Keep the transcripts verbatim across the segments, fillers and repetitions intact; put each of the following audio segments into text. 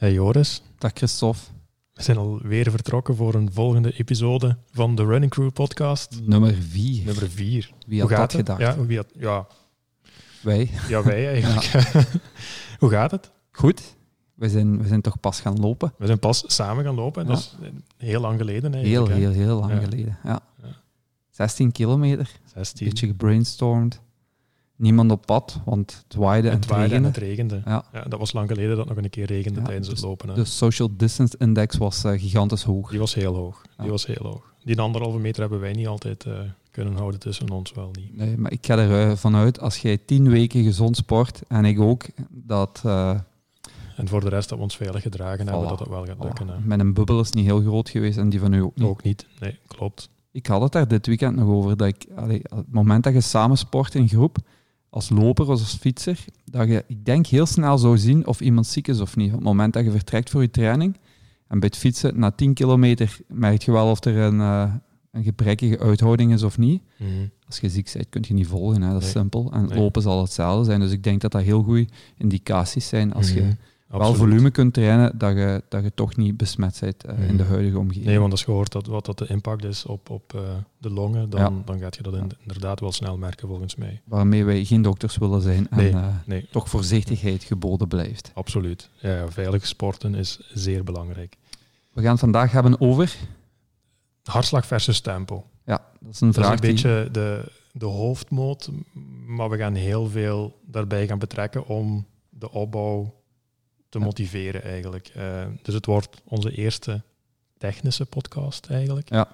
Hey Joris. Dag Christophe. We zijn alweer vertrokken voor een volgende episode van de Running Crew podcast. Nummer vier. Nummer vier. Wie had Hoe gaat dat het? gedacht? Ja, wie had, ja. Wij. ja, wij eigenlijk. Ja. Hoe gaat het? Goed. We zijn, we zijn toch pas gaan lopen. We zijn pas samen gaan lopen. Ja. Dat is heel lang geleden Heel, eigenlijk. heel, heel lang Ja. geleden. Ja. Ja. zestien kilometer. zestien. Beetje gebrainstormd. Niemand op pad, want het waaide en Het het waaide en regende. het regende. Ja. Ja, dat was lang geleden dat het nog een keer regende Ja, tijdens dus- het lopen. Hè. De social distance index was uh, gigantisch hoog. Die was heel hoog. Die Ja. was heel hoog. Die anderhalve meter hebben wij niet altijd uh, kunnen houden tussen ons, wel niet. Nee, maar ik ga ervan uit, als jij tien weken gezond sport, en ik ook, dat... Uh, En voor de rest dat we ons veilig gedragen hebben, Voilà. dat het wel gaat lukken. Hè. Mijn bubbel is niet heel groot geweest en die van u ook niet. Ook niet. Nee, klopt. Ik had het daar dit weekend nog over, dat ik, allee, het moment dat je samen sport in groep, als loper of als fietser, dat je, ik denk, heel snel zou zien of iemand ziek is of niet. Op het moment dat je vertrekt voor je training, en bij het fietsen, na tien kilometer, merk je wel of er een, uh, een gebrekkige uithouding is of niet. Mm-hmm. Als je ziek bent, kun je niet volgen, hè. Dat is Nee. simpel. En Nee. lopen zal hetzelfde zijn. Dus ik denk dat dat heel goede indicaties zijn als je Mm-hmm. wel Absoluut. volume kunt trainen, dat je, dat je toch niet besmet bent uh, Mhm. in de huidige omgeving. Nee, want als je hoort dat, wat dat de impact is op, op uh, de longen, dan, Ja. dan gaat je dat in- inderdaad wel snel merken, volgens mij. Waarmee wij geen dokters willen zijn en Nee, uh, nee. toch voorzichtigheid geboden blijft. Absoluut. Ja, ja, veilig sporten is zeer belangrijk. We gaan het vandaag hebben over... Hartslag versus tempo. Ja, dat is een Dat is vraag een die... beetje de, de hoofdmoot, maar we gaan heel veel daarbij gaan betrekken om de opbouw te Ja. motiveren eigenlijk. Uh, dus het wordt onze eerste technische podcast eigenlijk. Ja.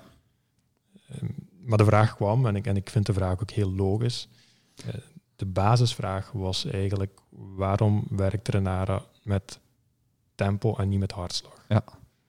Um, maar de vraag kwam, en ik, en ik vind de vraag ook heel logisch. Uh, de basisvraag was eigenlijk, waarom werkt Renara met tempo en niet met hartslag? Ja.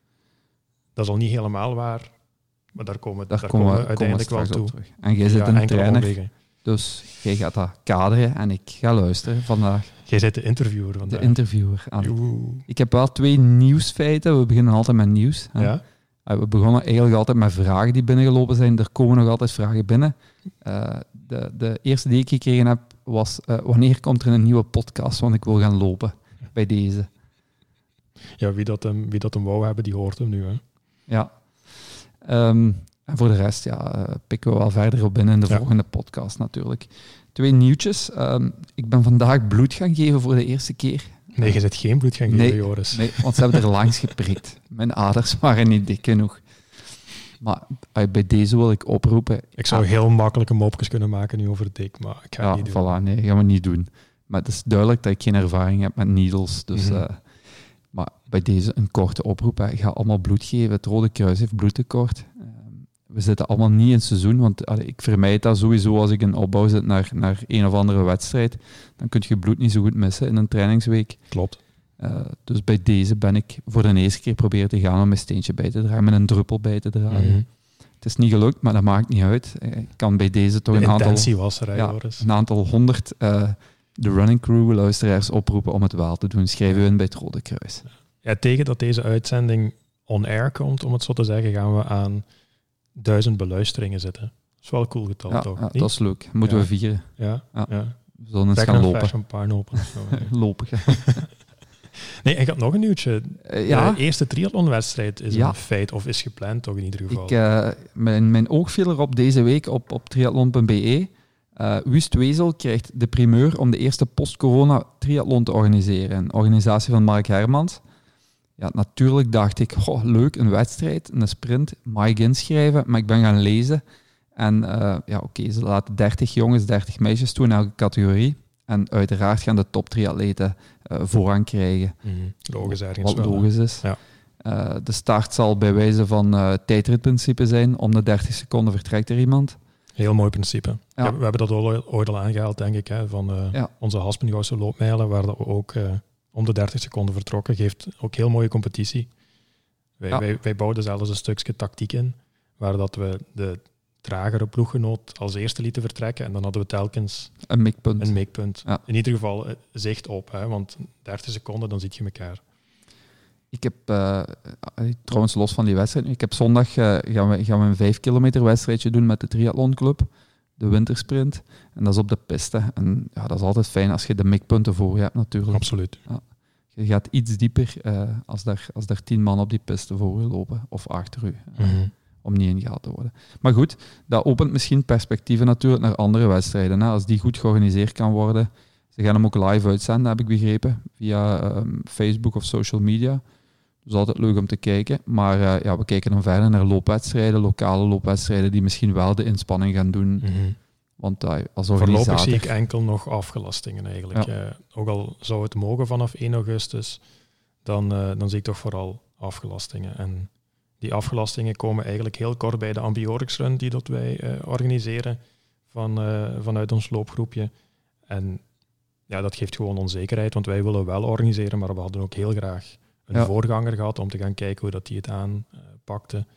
Dat is al niet helemaal waar, maar daar komen, Daar, daar komen we, komen we uiteindelijk komen we wel straks toe. op terug. En jij zit Ja, een enkele trainer, omwegen. dus jij gaat dat kaderen en ik ga luisteren vandaag. Jij bent de interviewer vandaag. De interviewer. Aan. Oeh. Ik heb wel twee nieuwsfeiten. We beginnen altijd met nieuws. Hè. Ja? Uh, we begonnen eigenlijk altijd met vragen die binnengelopen zijn. Er komen nog altijd vragen binnen. Uh, de, de eerste die ik gekregen heb was, uh, wanneer komt er een nieuwe podcast, want ik wil gaan lopen bij deze. Ja, wie dat, hem, wie dat hem wou hebben, die hoort hem nu. Hè? Ja. Um, en voor de rest ja, uh, pikken we wel verder op binnen in de Ja. volgende podcast natuurlijk. Twee nieuwtjes. Um, ik ben vandaag bloed gaan geven voor de eerste keer. Nee, je zit geen bloed gaan geven, Nee, Joris. Nee, want ze hebben er langs geprikt. Mijn aders waren niet dik genoeg. Maar uh, bij deze wil ik oproepen... Ik zou Ah, heel makkelijke mopjes kunnen maken nu over dik, maar ik ga ja, het niet doen. voilà, nee, gaan we niet doen. Maar het is duidelijk dat ik geen ervaring heb met needles. Dus, Mhm. uh, maar bij deze een korte oproep. Hè. Ik ga allemaal bloed geven. Het Rode Kruis heeft bloedtekort. Uh, we zitten allemaal niet in het seizoen, want allee, ik vermijd dat sowieso als ik in opbouw zit naar, naar een of andere wedstrijd. Dan kun je bloed niet zo goed missen in een trainingsweek. Klopt. Uh, dus bij deze ben ik voor de eerste keer proberen te gaan om mijn steentje bij te dragen, met een druppel bij te dragen. Mhm. Het is niet gelukt, maar dat maakt niet uit. Ik kan bij deze toch De een aantal, intentie was er, hè, ja, Joris. een aantal honderd uh, de Running Crew luisteraars oproepen om het wel te doen. Schrijf u in bij het Rode Kruis. Ja, tegen dat deze uitzending on-air komt, om het zo te zeggen, gaan we aan duizend beluisteringen zitten. Dat is wel een cool getal, Ja, toch? ja, Niet? dat is leuk. Moeten Ja. we vieren. Ja, Ja. ja. We zullen eens Zeg gaan een lopen. vers een paar open. of zo, hè. lopen. Nee, ik had nog een nieuwtje. Uh, ja, De eerste triathlonwedstrijd is Ja. een feit, of is gepland, toch in ieder geval. ik, uh, mijn, mijn oog viel erop deze week op, op triathlon punt b e. Uh, Wust Wezel krijgt de primeur om de eerste post-corona triathlon te organiseren. Een organisatie van Mark Hermans. Ja, natuurlijk dacht ik, goh, leuk, een wedstrijd, een sprint, mag ik inschrijven? Maar ik ben gaan lezen. En uh, ja, oké, okay, ze laten dertig jongens, dertig meisjes toe in elke categorie. En uiteraard gaan de top triatleten uh, voorrang krijgen. Mm-hmm. Logisch ergens Wat wel. logisch is. Ja. Uh, de start zal bij wijze van uh, tijdritprincipe zijn. Om de dertig seconden vertrekt er iemand. Heel mooi principe. Ja. Ja, we hebben dat al, ooit al aangehaald, denk ik, hè, van uh, Ja. onze Haspengouwse loopmijlen, waar dat we ook uh, om de dertig seconden vertrokken. Geeft ook heel mooie competitie. Wij, Ja. wij, wij bouwden zelfs een stukje tactiek in, waar dat we de tragere ploeggenoot als eerste lieten vertrekken en dan hadden we telkens Een mikpunt. een makepunt. Ja. In ieder geval uh, zicht op, hè, want dertig seconden, dan zie je elkaar. Ik heb, uh, trouwens los van die wedstrijd, ik heb zondag uh, gaan, we, gaan we een vijf kilometer wedstrijdje doen met de triathlonclub, de wintersprint. En dat is op de piste. En ja, dat is altijd fijn als je de mikpunten voor je hebt natuurlijk. Absoluut. Je je gaat iets dieper uh, als, daar, als daar tien man op die piste voor u lopen, of achter u, uh, mm-hmm. om niet ingehaald te worden. Maar goed, dat opent misschien perspectieven natuurlijk naar andere wedstrijden. Hè? Als die goed georganiseerd kan worden. Ze gaan hem ook live uitzenden, heb ik begrepen, via um, Facebook of social media. Dat is altijd leuk om te kijken. Maar uh, ja, we kijken dan verder naar loopwedstrijden, lokale loopwedstrijden, die misschien wel de inspanning gaan doen. Mm-hmm. Want uh, als organisator... Voorlopig zie ik enkel nog afgelastingen eigenlijk. Ja. Uh, ook al zou het mogen vanaf één augustus, dan, uh, dan zie ik toch vooral afgelastingen. En die afgelastingen komen eigenlijk heel kort bij de Ambiorix Run die dat wij uh, organiseren van, uh, vanuit ons loopgroepje. En ja, dat geeft gewoon onzekerheid, want wij willen wel organiseren, maar we hadden ook heel graag een ja. voorganger gehad om te gaan kijken hoe dat die het aanpakte. Uh,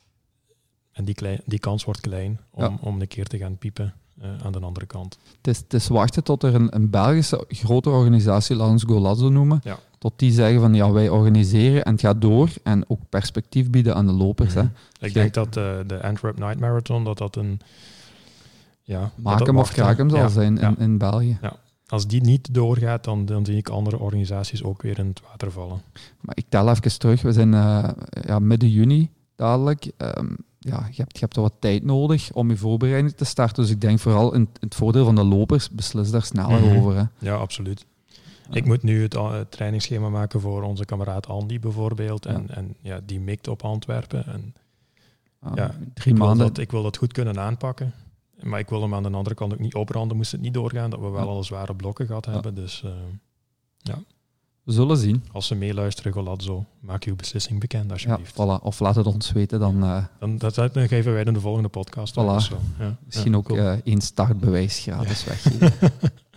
en die, klein, die kans wordt klein om, ja. om een keer te gaan piepen. Uh, aan de andere kant. Het is, het is wachten tot er een, een Belgische grote organisatie, laten we Golazzo noemen, ja. tot die zeggen van ja, wij organiseren en het gaat door en ook perspectief bieden aan de lopers. Mm-hmm. Hè. Ik denk dat uh, de Antwerp Night Marathon, dat dat een... Ja, Maak hem of kraak hem zal ja. zijn in, ja. in België. Ja. Als die niet doorgaat, dan, dan zie ik andere organisaties ook weer in het water vallen. Maar ik tel even terug, we zijn uh, ja, midden juni dadelijk... Um, Ja, je hebt, je hebt er wat tijd nodig om je voorbereiding te starten. Dus ik denk vooral in, in het voordeel van de lopers, beslis daar sneller mm-hmm. over. Hè. Ja, absoluut. Ja. Ik moet nu het, uh, het trainingsschema maken voor onze kameraad Andy bijvoorbeeld. En, ja. en ja, die mikt op Antwerpen. En, ah, ja, drie ik, maanden. Wil dat, ik wil dat goed kunnen aanpakken. Maar ik wil hem aan de andere kant ook niet opbranden. Moest het niet doorgaan, dat we wel ja. al zware blokken gehad ja. hebben. Dus uh, ja... We zullen zien. Als ze meeluisteren, Golazzo, maak uw beslissing bekend alsjeblieft. Ja, voilà. Of laat het ons weten. Dan, uh, dan, dat geven wij in de volgende podcast. Voilà. Of zo. Ja. Misschien ja, ook cool. uh, één startbewijs gratis ja. weggeven.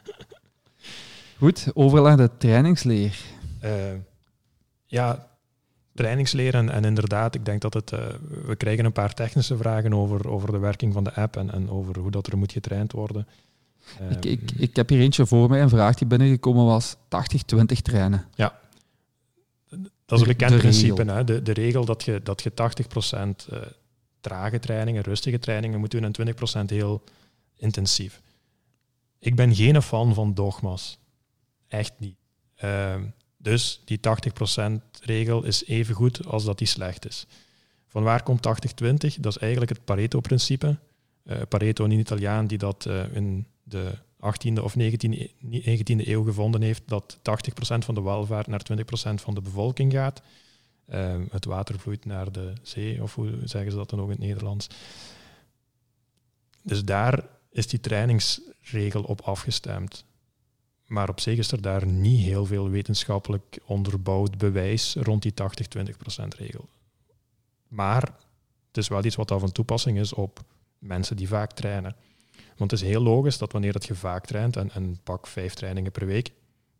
Goed, overleg de trainingsleer. Uh, ja, trainingsleer en, en inderdaad, ik denk dat het... Uh, we krijgen een paar technische vragen over, over de werking van de app en, en over hoe dat er moet getraind worden. Uh, ik, ik, ik heb hier eentje voor mij, een vraag die binnengekomen was, tachtig twintig trainen. Ja, dat is een bekend principe. Hè? De, de regel dat je, dat je tachtig procent uh, trage trainingen, rustige trainingen moet doen en twintig procent heel intensief. Ik ben geen fan van dogma's. Echt niet. Uh, dus die tachtig procent regel is even goed als dat die slecht is. Van waar komt tachtig twintig? Dat is eigenlijk het Pareto-principe. Uh, Pareto, een Italiaan die dat uh, in de achttiende of negentiende eeuw gevonden heeft, dat tachtig procent van de welvaart naar twintig procent van de bevolking gaat. Uh, het water vloeit naar de zee, of hoe zeggen ze dat dan ook in het Nederlands. Dus daar is die trainingsregel op afgestemd. Maar op zich is er daar niet heel veel wetenschappelijk onderbouwd bewijs rond die tachtig twintig procent regel. Maar het is wel iets wat al van toepassing is op mensen die vaak trainen. Want het is heel logisch dat wanneer dat je vaak traint, en, en pak vijf trainingen per week,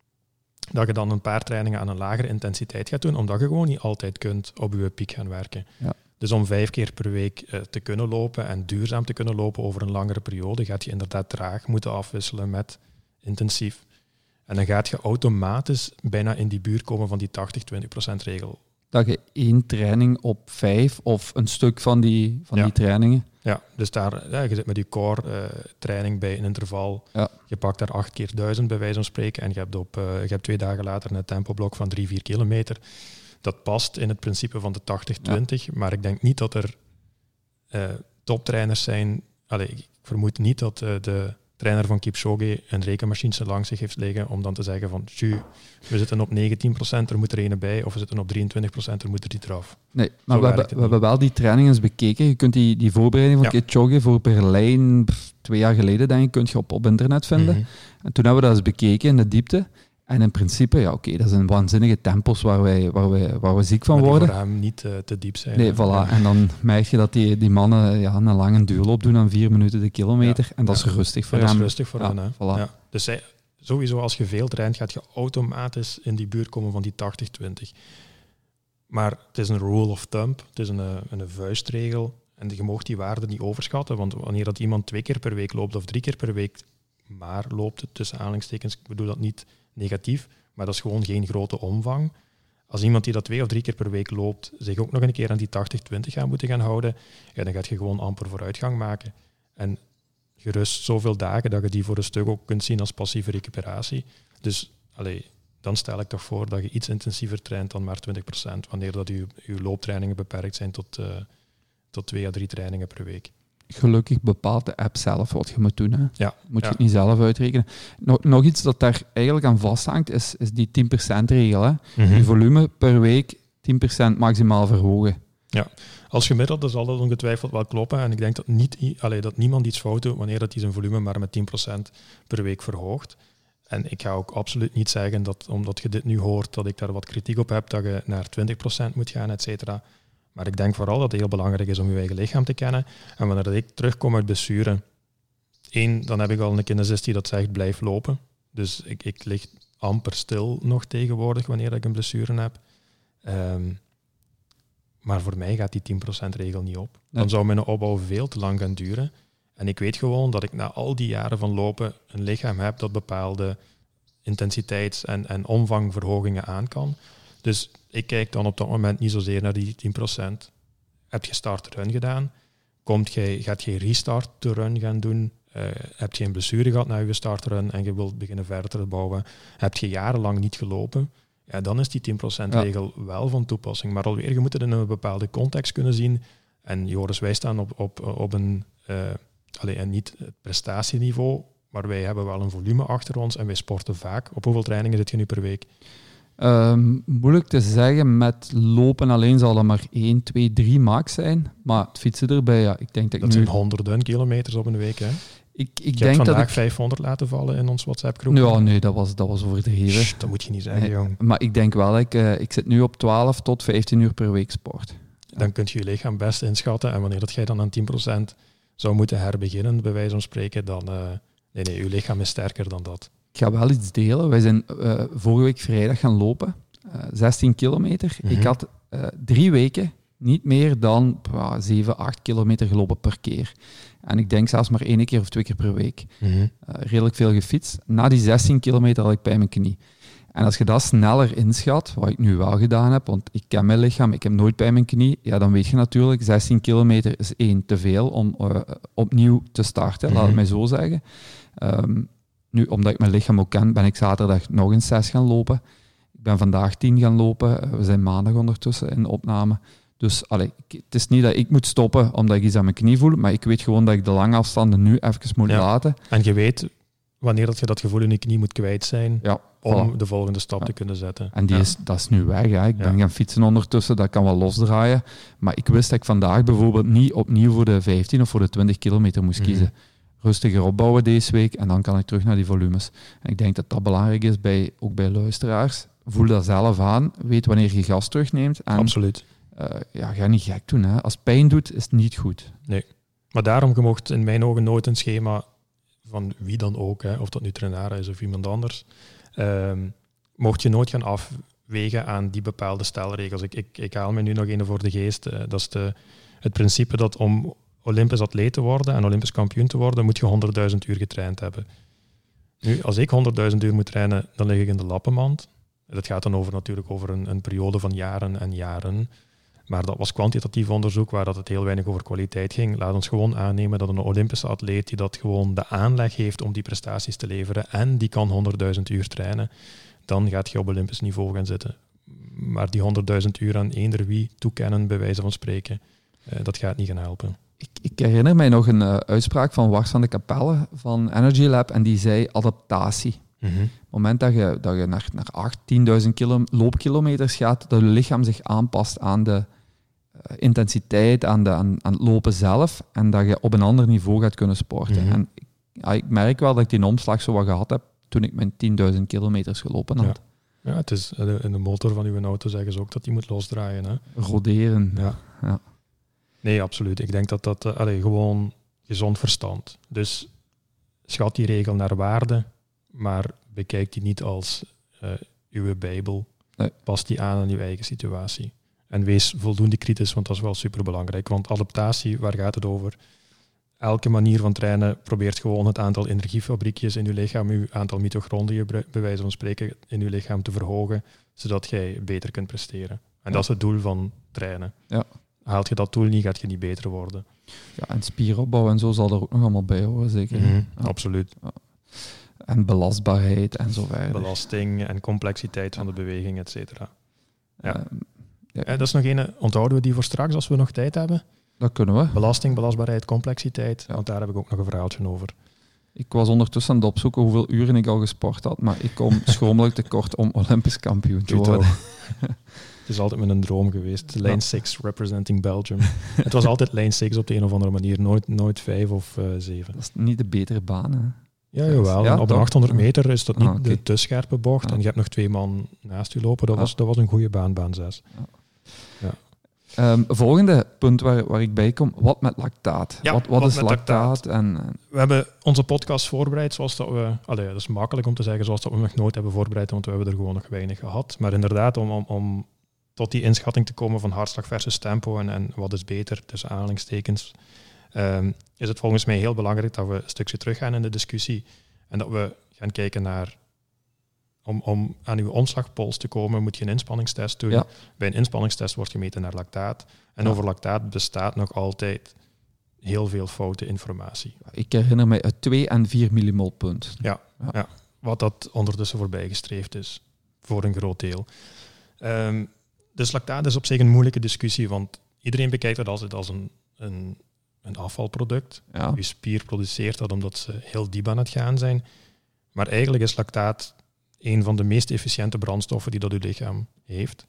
dat je dan een paar trainingen aan een lagere intensiteit gaat doen, omdat je gewoon niet altijd kunt op je piek gaan werken. Ja. Dus om vijf keer per week uh, te kunnen lopen en duurzaam te kunnen lopen over een langere periode, gaat je inderdaad traag moeten afwisselen met intensief. En dan gaat je automatisch bijna in die buurt komen van die tachtig twintig procent regel. Dat je één training op vijf of een stuk van die, van ja. die trainingen... Ja, dus daar, ja, je zit met je core uh, training bij een interval. Ja. Je pakt daar acht keer duizend bij wijze van spreken en je hebt, op, uh, je hebt twee dagen later een tempoblok van drie, vier kilometer. Dat past in het principe van de tachtig twintig, ja. Maar ik denk niet dat er uh, toptrainers zijn. Allee, ik vermoed niet dat uh, de trainer van Kipchoge een rekenmachine langs zich heeft liggen om dan te zeggen van, we zitten op negentien procent, er moet er een bij, of we zitten op drieëntwintig procent, er moet er die eraf. Nee, maar we, hebben, we hebben wel die trainingen eens bekeken. Je kunt die, die voorbereiding van ja. Kipchoge voor Berlijn, pff, twee jaar geleden denk ik, kun je op, op internet vinden. Mm-hmm. En toen hebben we dat eens bekeken in de diepte. En in principe, ja oké, okay, dat zijn waanzinnige tempos waar, wij, waar, wij, waar we ziek van maar die worden. voor hem niet uh, te diep zijn. Nee, voilà. Ja. En dan merk je dat die, die mannen ja, een lange duurloop doen aan vier minuten de kilometer. Ja. En dat ja. is rustig voor en hem. Dat is rustig voor ja, hen. Hè. Voilà. Ja. Dus zij, sowieso als je veel traint, gaat je automatisch in die buurt komen van die tachtig twintig. Maar het is een rule of thumb, het is een, een vuistregel. En je mag die waarde niet overschatten, want wanneer dat iemand twee keer per week loopt of drie keer per week, maar loopt het tussen aanhalingstekens, ik bedoel dat niet negatief, maar dat is gewoon geen grote omvang. Als iemand die dat twee of drie keer per week loopt, zich ook nog een keer aan die tachtig twintig gaan moeten gaan houden, ja, dan gaat je gewoon amper vooruitgang maken. En gerust zoveel dagen dat je die voor een stuk ook kunt zien als passieve recuperatie. Dus allee, dan stel ik toch voor dat je iets intensiever traint dan maar twintig procent, wanneer dat je, je looptrainingen beperkt zijn tot, uh, tot twee à drie trainingen per week. Gelukkig bepaalt de app zelf wat je moet doen. Hè? Ja, moet je ja. het niet zelf uitrekenen. Nog, nog iets dat daar eigenlijk aan vasthangt, is, is die tien procent regel. Hè? Mm-hmm. Je volume per week tien procent maximaal verhogen. Ja, als gemiddelde zal dat ongetwijfeld wel kloppen. En ik denk dat, niet, allee, dat niemand iets fout doet wanneer dat hij zijn volume maar met tien procent per week verhoogt. En ik ga ook absoluut niet zeggen dat, omdat je dit nu hoort, dat ik daar wat kritiek op heb, dat je naar twintig procent moet gaan, et cetera. Maar ik denk vooral dat het heel belangrijk is om je eigen lichaam te kennen. En wanneer ik terugkom uit blessure, één, dan heb ik al een kinesist die dat zegt, blijf lopen. Dus ik, ik lig amper stil nog tegenwoordig wanneer ik een blessure heb. Um, maar voor mij gaat die tien procent regel niet op. Dan zou mijn opbouw veel te lang gaan duren. En ik weet gewoon dat ik na al die jaren van lopen een lichaam heb dat bepaalde intensiteits- en, en omvangverhogingen aan kan. Dus ik kijk dan op dat moment niet zozeer naar die tien procent. Heb je start-run gedaan? Komt jij, gaat je restart de run gaan doen? Uh, heb je een blessure gehad na je start-run en je wilt beginnen verder te bouwen? Heb je jarenlang niet gelopen? Ja, dan is die tien procent regel ja. wel van toepassing. Maar alweer, je moet het in een bepaalde context kunnen zien. En Joris, wij staan op, op, op een... Uh, allee, en niet het prestatieniveau, maar wij hebben wel een volume achter ons en wij sporten vaak. Op hoeveel trainingen zit je nu per week? Um, moeilijk te zeggen. Met lopen alleen zal dat maar één, twee, drie max zijn. Maar het fietsen erbij, ja. Ik denk dat dat ik nu... zijn honderden kilometers op een week, hè? Ik, ik je denk hebt vandaag dat ik... vijfhonderd laten vallen in ons WhatsApp-groep. Ja, nee, dat was, dat was overdreven. Shh, dat moet je niet zeggen, nee, jong. Maar ik denk wel, ik, uh, ik zit nu op twaalf tot vijftien uur per week sport. Ja. Dan kun je je lichaam best inschatten. En wanneer dat jij dan aan tien procent zou moeten herbeginnen, bij wijze van spreken, dan... Uh, nee, nee, je lichaam is sterker dan dat. Ik ga wel iets delen. Wij zijn uh, vorige week vrijdag gaan lopen. Uh, zestien kilometer. Mm-hmm. Ik had uh, drie weken niet meer dan uh, zeven, acht kilometer gelopen per keer. En ik denk zelfs maar één keer of twee keer per week. Mm-hmm. Uh, redelijk veel gefietst. Na die zestien kilometer had ik pijn in mijn knie. En als je dat sneller inschat, wat ik nu wel gedaan heb, want ik ken mijn lichaam, ik heb nooit pijn in mijn knie, ja, dan weet je natuurlijk, zestien kilometer is één te veel om uh, opnieuw te starten, mm-hmm. laat het mij zo zeggen. Um, nu, omdat ik mijn lichaam ook ken, ben ik zaterdag nog eens zes gaan lopen. Ik ben vandaag tien gaan lopen. We zijn maandag ondertussen in de opname. Dus allee, het is niet dat ik moet stoppen omdat ik iets aan mijn knie voel, maar ik weet gewoon dat ik de lange afstanden nu even moet ja. laten. En je weet wanneer dat je dat gevoel in je knie moet kwijt zijn ja, om voilà. de volgende stap ja. te kunnen zetten. En die ja. is, dat is nu weg. Hè. Ik ben ja. gaan fietsen ondertussen, dat kan wel losdraaien. Maar ik wist dat ik vandaag bijvoorbeeld niet opnieuw voor de vijftien of voor de twintig kilometer moest kiezen. Mm-hmm. Rustiger opbouwen deze week en dan kan ik terug naar die volumes. En ik denk dat dat belangrijk is, bij, ook bij luisteraars. Voel dat zelf aan, weet wanneer je gas terugneemt. En, Absoluut. Uh, ja, ga niet gek doen. Hè. Als het pijn doet, is het niet goed. Nee, maar daarom, je mocht in mijn ogen nooit een schema van wie dan ook, hè, of dat nu Trenara is of iemand anders, um, mocht je nooit gaan afwegen aan die bepaalde stelregels. Ik, ik, ik haal me nu nog een voor de geest. Uh, dat is de, het principe dat om Olympisch atleet te worden en Olympisch kampioen te worden, moet je honderdduizend uur getraind hebben. Nu, als ik honderdduizend uur moet trainen, dan lig ik in de lappenmand. Dat gaat dan over, natuurlijk over een, een periode van jaren en jaren. Maar dat was kwantitatief onderzoek waar dat het heel weinig over kwaliteit ging. Laat ons gewoon aannemen dat een Olympische atleet die dat gewoon de aanleg heeft om die prestaties te leveren en die kan honderdduizend uur trainen, dan gaat je op Olympisch niveau gaan zitten. Maar die honderdduizend uur aan eender wie toekennen, bij wijze van spreken, eh, dat gaat niet gaan helpen. Ik, ik herinner mij nog een uh, uitspraak van Wars van de Kapelle van Energy Lab en die zei adaptatie. Mm-hmm. Op het moment dat je, dat je naar, naar acht, tienduizend kilo, loopkilometers gaat, dat je lichaam zich aanpast aan de uh, intensiteit, aan, de, aan, aan het lopen zelf en dat je op een ander niveau gaat kunnen sporten. Mm-hmm. En ik, ja, ik merk wel dat ik die omslag zo wat gehad heb toen ik mijn tienduizend kilometers gelopen had. Ja, ja, het is in de motor van uw auto zeggen ze ook dat die moet losdraaien. Hè? Roderen. Ja. Ja. Nee, absoluut. Ik denk dat dat uh, allee, gewoon gezond verstand. Dus schat die regel naar waarde, maar bekijk die niet als uh, uw bijbel. Nee. Pas die aan aan uw eigen situatie. En wees voldoende kritisch, want dat is wel superbelangrijk. Want adaptatie, waar gaat het over? Elke manier van trainen probeert gewoon het aantal energiefabriekjes in uw lichaam, uw aantal mitochondriën, bij wijze van spreken, in uw lichaam te verhogen, zodat jij beter kunt presteren. En ja. dat is het doel van trainen. Ja. Haalt je dat doel niet, gaat je niet beter worden. Ja, en spieropbouw en zo zal er ook nog allemaal bij horen, zeker. Mm-hmm, ja. Absoluut. En belastbaarheid en zo verder. Belasting en complexiteit van de beweging, et cetera. Ja. Uh, ja. Dat is nog een, onthouden we die voor straks als we nog tijd hebben? Dat kunnen we. Belasting, belastbaarheid, complexiteit, Ja. want daar heb ik ook nog een verhaaltje over. Ik was ondertussen aan het opzoeken hoeveel uren ik al gesport had, maar ik kom schromelijk tekort om Olympisch kampioen te worden. Het is altijd mijn droom geweest. Lane zes representing Belgium. Het was altijd lane zes op de een of andere manier, nooit, nooit vijf of zeven. Dat is niet de betere baan, hè? Ja, jawel. Ja, op toch? een achthonderd meter is dat niet Ah, okay. de te scherpe bocht. Ah. En je hebt nog twee man naast je lopen. Dat, Ah. was, dat was een goede baan, baan zes. Ja. Ja. Um, volgende punt waar, waar ik bij kom, wat met lactaat? Ja, wat, wat, wat is met lactaat? lactaat? En, en, We hebben onze podcast voorbereid zoals dat we... Allee, dat is makkelijk om te zeggen zoals dat we nog nooit hebben voorbereid, want we hebben er gewoon nog weinig gehad. Maar inderdaad, om, om, om tot die inschatting te komen van hartslag versus tempo en, en wat is beter, tussen aanhalingstekens, um, is het volgens mij heel belangrijk dat we een stukje teruggaan in de discussie en dat we gaan kijken naar... Om, om aan uw omslagpols te komen, moet je een inspanningstest doen. Ja. Bij een inspanningstest wordt gemeten naar lactaat. En Ja. over lactaat bestaat nog altijd heel veel foute informatie. ik herinner mij het twee en vier millimol punt. Ja, Ja. ja. Wat dat ondertussen voorbijgestreefd is, voor een groot deel. Um, dus lactaat is op zich een moeilijke discussie, want iedereen bekijkt het altijd als een, een, een afvalproduct. Ja. Je spier produceert dat omdat ze heel diep aan het gaan zijn. Maar eigenlijk is lactaat een van de meest efficiënte brandstoffen die dat uw lichaam heeft.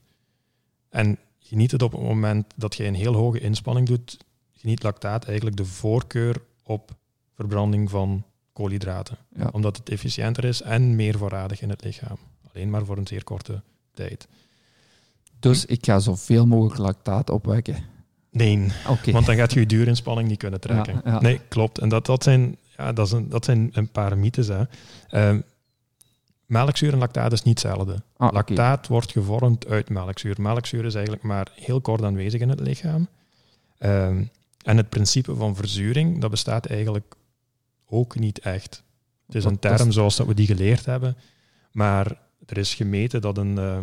En geniet het op het moment dat je een heel hoge inspanning doet, geniet lactaat eigenlijk de voorkeur op verbranding van koolhydraten. Ja. Omdat het efficiënter is en meer voorradig in het lichaam. Alleen maar voor een zeer korte tijd. Dus ik ga zoveel mogelijk lactaat opwekken. Nee, Oké. want dan gaat je je duurinspanning niet kunnen trekken. Ja, ja. Nee, klopt. En dat, dat, zijn, ja, dat, is een, dat zijn een paar mythes. Hè. Uh, melkzuur en lactaat is niet hetzelfde. Ah, lactaat okay. wordt gevormd uit melkzuur. Melkzuur is eigenlijk maar heel kort aanwezig in het lichaam. Uh, en het principe van verzuring, dat bestaat eigenlijk ook niet echt. Het is een term zoals dat we die geleerd hebben, maar er is gemeten dat een, uh,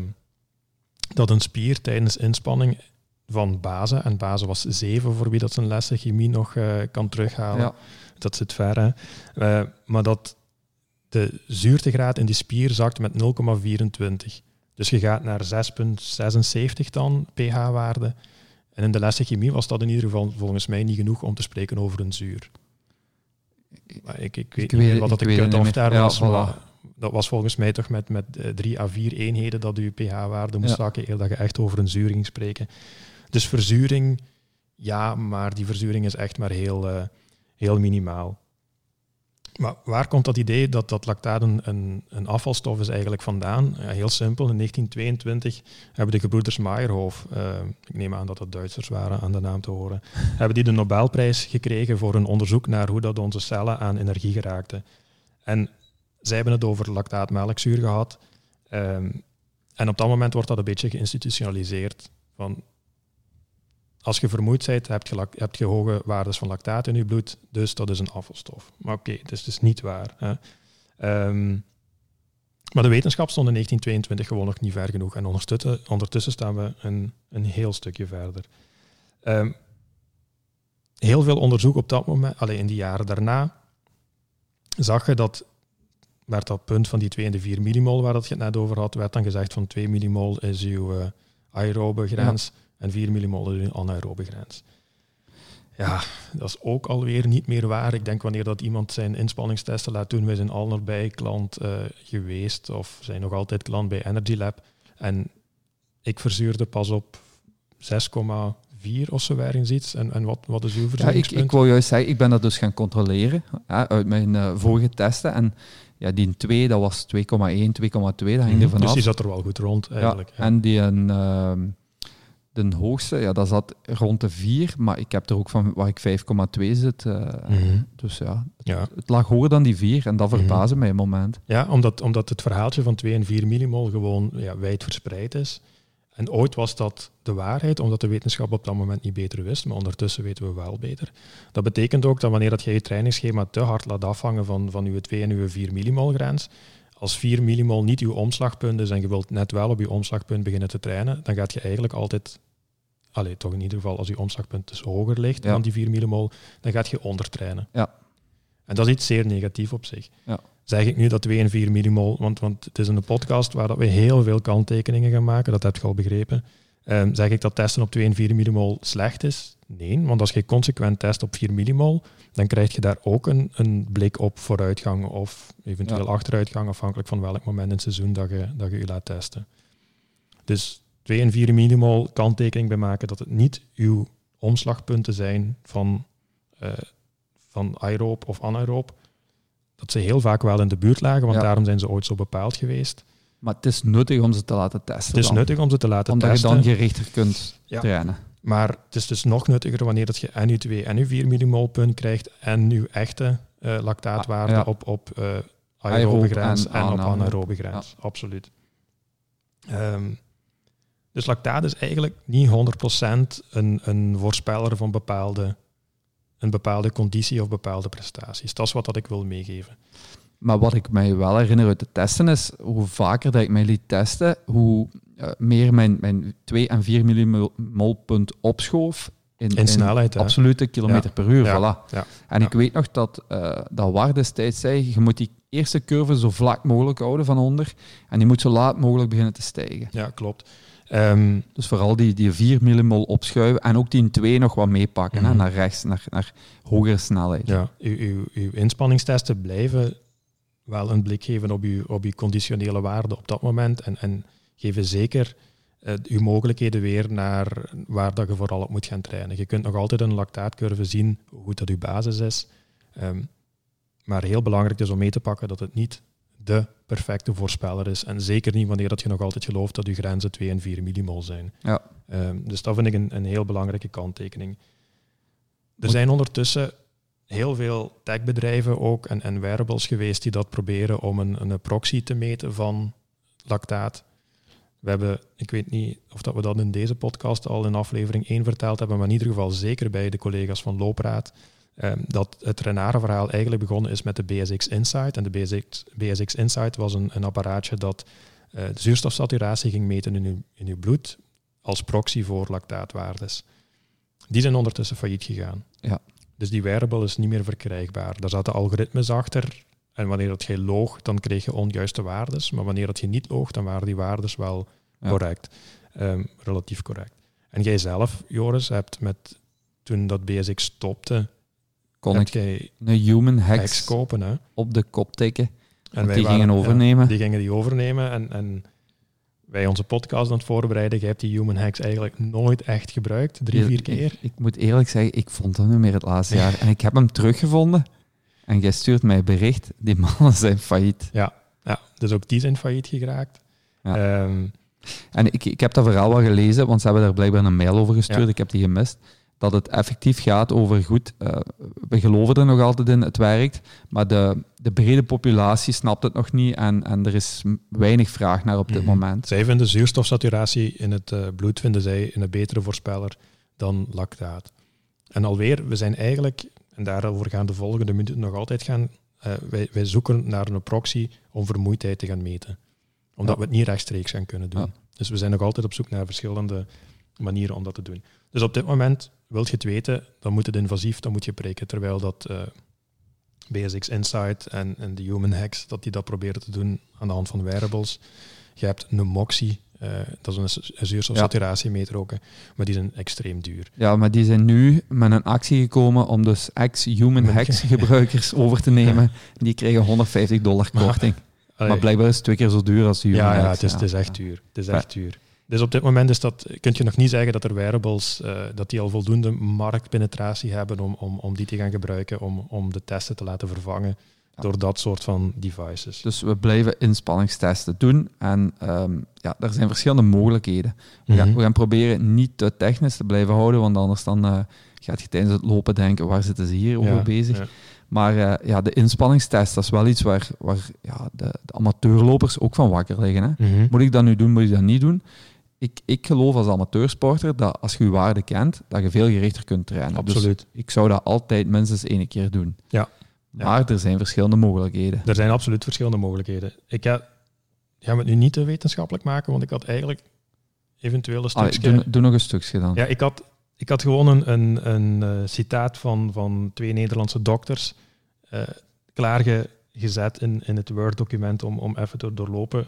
dat een spier tijdens inspanning van base, en base was zeven voor wie dat zijn lessen chemie nog uh, kan terughalen, Ja. dat zit ver, hè? Uh, maar dat de zuurtegraad in die spier zakt met nul komma vierentwintig. Dus je gaat naar zes komma zesenzeventig dan, pH-waarde. En in de lessen chemie was dat in ieder geval volgens mij niet genoeg om te spreken over een zuur. Maar ik, ik weet ik niet weet, meer wat dat ik de cut-off daar ja, was. voilà. Maar dat was volgens mij toch met, met drie à vier eenheden dat je pH-waarde moest Ja. zakken, eer dat je echt over een zuur ging spreken. Dus verzuring, ja, maar die verzuring is echt maar heel, uh, heel minimaal. Maar waar komt dat idee dat, dat lactaat een, een, een afvalstof is eigenlijk vandaan? Ja, heel simpel. In negentien tweeëntwintig hebben de gebroeders Meyerhof, uh, ik neem aan dat dat Duitsers waren aan de naam te horen, hebben die de Nobelprijs gekregen voor een onderzoek naar hoe dat onze cellen aan energie geraakten. En zij hebben het over lactaat-melkzuur gehad. Um, en op dat moment wordt dat een beetje geïnstitutionaliseerd. Van, als je vermoeid bent, heb je, heb je hoge waardes van lactaat in je bloed, dus dat is een afvalstof. Maar oké, okay, het is dus niet waar. Hè. Um, maar de wetenschap stond in negentien tweeëntwintig gewoon nog niet ver genoeg. En ondertussen, ondertussen staan we een, een heel stukje verder. Um, heel veel onderzoek op dat moment, alleen in die jaren daarna, zag je dat, werd dat punt van die twee en de vier millimol, waar dat je het net over had, werd dan gezegd van twee millimol is uw uh, aerobe grens. Ja. En vier millimol is een anaerobe grens. Ja, dat is ook alweer niet meer waar. Ik denk wanneer dat iemand zijn inspanningstesten laat doen, wij zijn al erbij klant uh, geweest of zijn nog altijd klant bij Energy Lab. En ik verzuurde pas op zes komma vier of zo ergens iets. En, en wat, wat is uw verzuringspunt? Ja, ik, ik wou juist zeggen, ik ben dat dus gaan controleren hè, uit mijn uh, vorige testen. En ja, die twee, dat was twee komma één, twee komma twee, dat ging mm-hmm. er vanaf. Dus die zat er wel goed rond eigenlijk. Ja, ja. En die een... Uh, de hoogste, ja, dat zat rond de vier, maar ik heb er ook van waar ik vijf komma twee zit. Uh, mm-hmm. Dus ja het, ja, het lag hoger dan die vier en dat verbaasde mm-hmm. mij een moment. Ja, omdat, omdat het verhaaltje van twee en vier millimol gewoon ja, wijd verspreid is. En ooit was dat de waarheid, omdat de wetenschap op dat moment niet beter wist, maar ondertussen weten we wel beter. Dat betekent ook dat wanneer dat je je trainingsschema te hard laat afhangen van, van je twee en je vier millimol grens, als vier millimol niet je omslagpunt is en je wilt net wel op je omslagpunt beginnen te trainen, dan gaat je eigenlijk altijd, allee, toch in ieder geval als je omslagpunt dus hoger ligt ja. dan die vier millimol, dan gaat je ondertrainen. Ja. En dat is iets zeer negatief op zich. Ja. Zeg ik nu dat twee en vier millimol, want, want het is een podcast waar dat we heel veel kanttekeningen gaan maken, dat heb je al begrepen. Um, zeg ik dat testen op twee en vier millimol slecht is? Nee, want als je consequent test op vier millimol, dan krijg je daar ook een, een blik op vooruitgang of eventueel ja. achteruitgang, afhankelijk van welk moment in het seizoen dat je, dat je je laat testen. Dus twee en vier millimol kanttekening bij maken dat het niet uw omslagpunten zijn van, uh, van aeroop of anaeroop. Dat ze heel vaak wel in de buurt lagen, want ja. daarom zijn ze ooit zo bepaald geweest. Maar het is nuttig om ze te laten testen. Het is dan. nuttig om ze te laten Omdat testen. Omdat je dan gerichter kunt ja. trainen. Maar het is dus nog nuttiger wanneer dat je en je twee en je vier millimol punt krijgt en je echte uh, lactaatwaarde ah, ja. op, op uh, aerobe grens en, en op anaerobe grens. Ja. Absoluut. Um, dus lactaat is eigenlijk niet honderd procent een, een voorspeller van bepaalde, een bepaalde conditie of bepaalde prestaties. Dat is wat dat ik wil meegeven. Maar wat ik mij wel herinner uit de testen is, hoe vaker dat ik mij liet testen, hoe uh, meer mijn, mijn twee en vier millimol punt opschoof in, in snelheid, in absolute kilometer ja. per uur. Ja. Voilà. Ja. En ja. ik weet nog dat, uh, dat War destijds zei, je moet die eerste curve zo vlak mogelijk houden van onder en die moet zo laat mogelijk beginnen te stijgen. Ja, klopt. Um, dus vooral die, die vier millimol opschuiven en ook die twee nog wat meepakken, mm-hmm. hè, naar rechts, naar, naar hogere snelheid. Ja, uw, uw, uw inspanningstesten blijven wel een blik geven op uw, op uw conditionele waarde op dat moment en, en geven zeker uh, uw mogelijkheden weer naar waar dat je vooral op moet gaan trainen. Je kunt nog altijd een lactaatcurve zien, hoe goed dat uw basis is. Um, maar heel belangrijk is om mee te pakken dat het niet de perfecte voorspeller is. En zeker niet wanneer dat je nog altijd gelooft dat uw grenzen twee en vier millimol zijn. Ja. Um, dus dat vind ik een, een heel belangrijke kanttekening. Er zijn ondertussen heel veel techbedrijven ook en, en wearables geweest die dat proberen om een, een proxy te meten van lactaat. We hebben, ik weet niet of dat we dat in deze podcast al in aflevering één verteld hebben, maar in ieder geval zeker bij de collega's van Loopraad, eh, dat het Renare-verhaal eigenlijk begonnen is met de B S X Insight. En de B S X, B S X Insight was een, een apparaatje dat uh, de zuurstofsaturatie ging meten in uw, in uw bloed als proxy voor lactaatwaardes. Die zijn ondertussen failliet gegaan. Ja. Dus die wearable is niet meer verkrijgbaar. Daar zaten algoritmes achter. En wanneer dat je loog, dan kreeg je onjuiste waardes. Maar wanneer dat je niet loog, dan waren die waardes wel ja. correct. Um, relatief correct. En jij zelf, Joris, hebt met toen dat B S X stopte, kon heb ik jij een human hex, hex kopen. Hè? Op de kop tikken. En wij die waren, gingen overnemen. Ja, die gingen die overnemen. En, en wij onze podcast aan het voorbereiden. Jij hebt die human hex eigenlijk nooit echt gebruikt. Drie, vier keer. Ik, ik moet eerlijk zeggen, ik vond hem niet meer het laatste jaar. En ik heb hem teruggevonden. En jij stuurt mij bericht, die mannen zijn failliet. Ja, ja, dus ook die zijn failliet geraakt. Ja. Um, en ik, ik heb dat verhaal wel gelezen, want ze hebben daar blijkbaar een mail over gestuurd. Ja. Ik heb die gemist. Dat het effectief gaat over, goed, uh, we geloven er nog altijd in, het werkt, maar de, de brede populatie snapt het nog niet en, en er is weinig vraag naar op dit mm-hmm. moment. Zij vinden zuurstofsaturatie in het uh, bloed, vinden zij een betere voorspeller dan lactaat. En alweer, we zijn eigenlijk, en daarover gaan de volgende minuten nog altijd gaan, uh, wij, wij zoeken naar een proxy om vermoeidheid te gaan meten. Omdat ja. we het niet rechtstreeks gaan kunnen doen. Ja. Dus we zijn nog altijd op zoek naar verschillende manieren om dat te doen. Dus op dit moment, wil je het weten, dan moet het invasief, dan moet je prikken. Terwijl dat uh, B S X Insight en, en de Human Hex, dat die dat proberen te doen aan de hand van wearables. Je hebt een Moxie, uh, dat is een, een zuurstofsaturatiemeter ook, maar die zijn extreem duur. Ja, maar die zijn nu met een actie gekomen om dus ex-Human Hex gebruikers over te nemen. Die krijgen honderdvijftig dollar korting. Maar, maar blijkbaar is het twee keer zo duur als de Human ja, Hex. Ja, het is, ja, het is echt duur. Het is echt duur. Dus op dit moment is dat, kun je nog niet zeggen dat er wearables, uh, dat die al voldoende marktpenetratie hebben om, om, om die te gaan gebruiken, om, om de testen te laten vervangen ja. door dat soort van devices. Dus we blijven inspanningstesten doen en um, ja, er zijn verschillende mogelijkheden. We, mm-hmm. gaan, we gaan proberen niet te technisch te blijven houden, want anders dan uh, gaat je tijdens het lopen denken, waar zitten ze hier over ja, bezig? Ja. Maar uh, ja, de inspanningstest, dat is wel iets waar, waar ja, de, de amateurlopers ook van wakker liggen. Hè? Mm-hmm. Moet ik dat nu doen, moet ik dat niet doen? Ik, ik geloof als amateursporter dat als je je waarde kent, dat je veel gerichter kunt trainen. Absoluut. Dus ik zou dat altijd minstens één keer doen. Ja. Maar ja. er zijn verschillende mogelijkheden. Er zijn absoluut verschillende mogelijkheden. Ik ga, ga het nu niet te wetenschappelijk maken, want ik had eigenlijk eventueel een stukje... Ah, doe, doe nog een stukje dan. Ja, ik had, ik had gewoon een, een, een uh, citaat van, van twee Nederlandse dokters uh, klaargezet in, in het Word-document om, om even te doorlopen.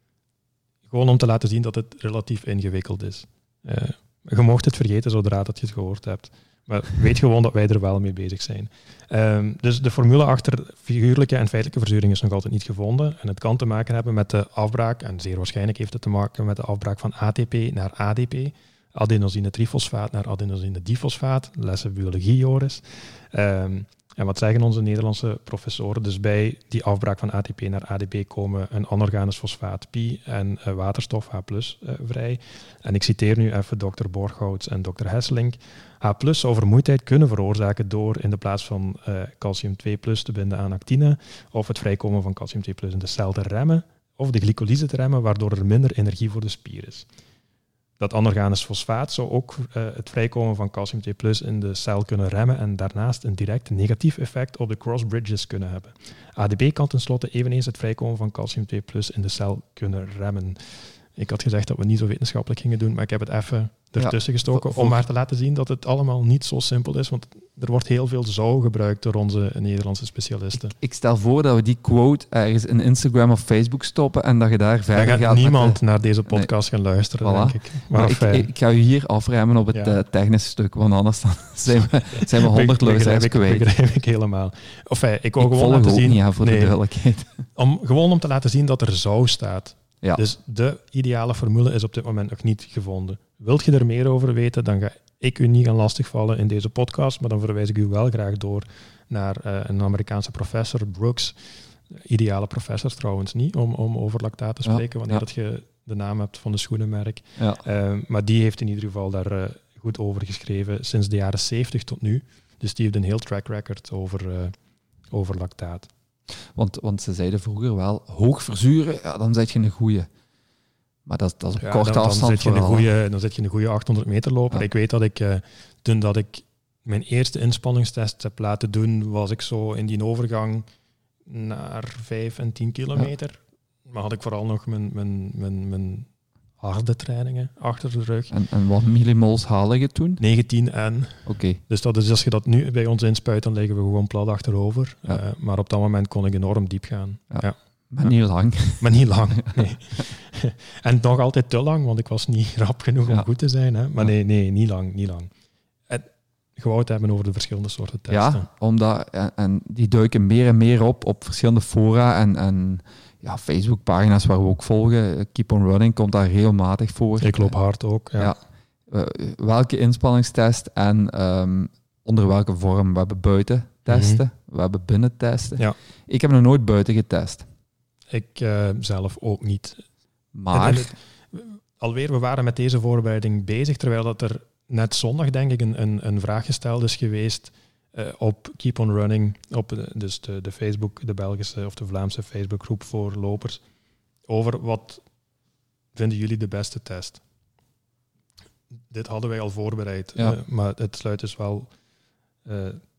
Gewoon om te laten zien dat het relatief ingewikkeld is. Uh, je mocht het vergeten zodra dat je het gehoord hebt. Maar weet gewoon dat wij er wel mee bezig zijn. Um, dus de formule achter figuurlijke en feitelijke verzuring is nog altijd niet gevonden. En het kan te maken hebben met de afbraak, en zeer waarschijnlijk heeft het te maken met de afbraak van A T P naar A D P. Adenosine trifosfaat naar adenosine difosfaat. Lessen biologie, Joris. Um, en wat zeggen onze Nederlandse professoren? Dus bij die afbraak van A T P naar A D P komen een anorganisch fosfaat pi en uh, waterstof H plus uh, vrij. En ik citeer nu even dokter Borghouts en dokter Hesselink. H plus zou vermoeidheid kunnen veroorzaken door in de plaats van uh, calcium twee plus te binden aan actine of het vrijkomen van calcium twee plus in de cel te remmen of de glycolyse te remmen, waardoor er minder energie voor de spier is. Dat anorganisch fosfaat zou ook uh, het vrijkomen van calcium twee plus in de cel kunnen remmen en daarnaast een direct negatief effect op de cross-bridges kunnen hebben. A D P kan tenslotte eveneens het vrijkomen van calcium twee plus in de cel kunnen remmen. Ik had gezegd dat we niet zo wetenschappelijk gingen doen, maar ik heb het even ertussen ja, gestoken voor, om maar te laten zien dat het allemaal niet zo simpel is, want er wordt heel veel zou gebruikt door onze Nederlandse specialisten. Ik, ik stel voor dat we die quote ergens in Instagram of Facebook stoppen en dat je daar verder gaat. Daar gaat niemand de... naar deze podcast nee. gaan luisteren, voilà. denk ik. Maar maar ik, wij... ik ga u hier afremmen op het ja. uh, technische stuk, want anders dan zijn we, zijn we honderd luisteraars kwijt. Dat begrijp ik helemaal. Of, uh, ik ik gewoon volg laten ook zien, niet aan, voor nee, de duidelijkheid. Om, gewoon om te laten zien dat er zou staat. Ja. Dus de ideale formule is op dit moment nog niet gevonden. Wilt je er meer over weten, dan ga ik u niet gaan lastigvallen in deze podcast, maar dan verwijs ik u wel graag door naar uh, een Amerikaanse professor, Brooks. Ideale professor trouwens niet, om, om over lactaat te spreken, ja. wanneer ja. dat je de naam hebt van de schoenenmerk. Ja. Uh, maar die heeft in ieder geval daar uh, goed over geschreven, sinds de jaren zeventig tot nu. Dus die heeft een heel track record over, uh, over lactaat. Want, want ze zeiden vroeger wel, hoog verzuren, ja, dan zet je een goeie. Maar dat, dat is op ja, korte dan, afstand dan zit je vooral. een goeie, dan zit je een goede achthonderd meter loper. Ja. Ik weet dat ik, uh, toen dat ik mijn eerste inspanningstest heb laten doen, was ik zo in die overgang naar vijf en tien kilometer. Ja. Maar had ik vooral nog mijn, mijn, mijn, mijn harde trainingen achter de rug. En, en wat millimols halen je toen? negentien en. Oké. Okay. Dus dat is, als je dat nu bij ons inspuit, dan liggen we gewoon plat achterover. Ja. Uh, maar op dat moment kon ik enorm diep gaan. Ja. Ja. Maar niet lang. Maar niet lang, nee. En nog altijd te lang, want ik was niet rap genoeg ja. om goed te zijn. Hè? Maar ja. nee, nee, niet lang, niet lang. En gewoon te hebben over de verschillende soorten testen. Ja, omdat, en, en die duiken meer en meer op op verschillende fora en, en ja, Facebook-pagina's waar we ook volgen. Keep on Running komt daar regelmatig voor. Ik loop hard ook, ja. ja. Uh, welke inspanningstest en um, onder welke vorm? We hebben buiten testen, mm-hmm. we hebben binnen testen. Ja. Ik heb nog nooit buiten getest. Ik uh, zelf ook niet. Maar... En, en het, alweer, we waren met deze voorbereiding bezig, terwijl dat er net zondag, denk ik, een, een, een vraag gesteld is geweest uh, op Keep on Running, op de, dus de, de Facebook, de Belgische of de Vlaamse Facebookgroep voor lopers, over wat vinden jullie de beste test? Dit hadden wij al voorbereid, ja. uh, maar het sluit dus wel... Uh,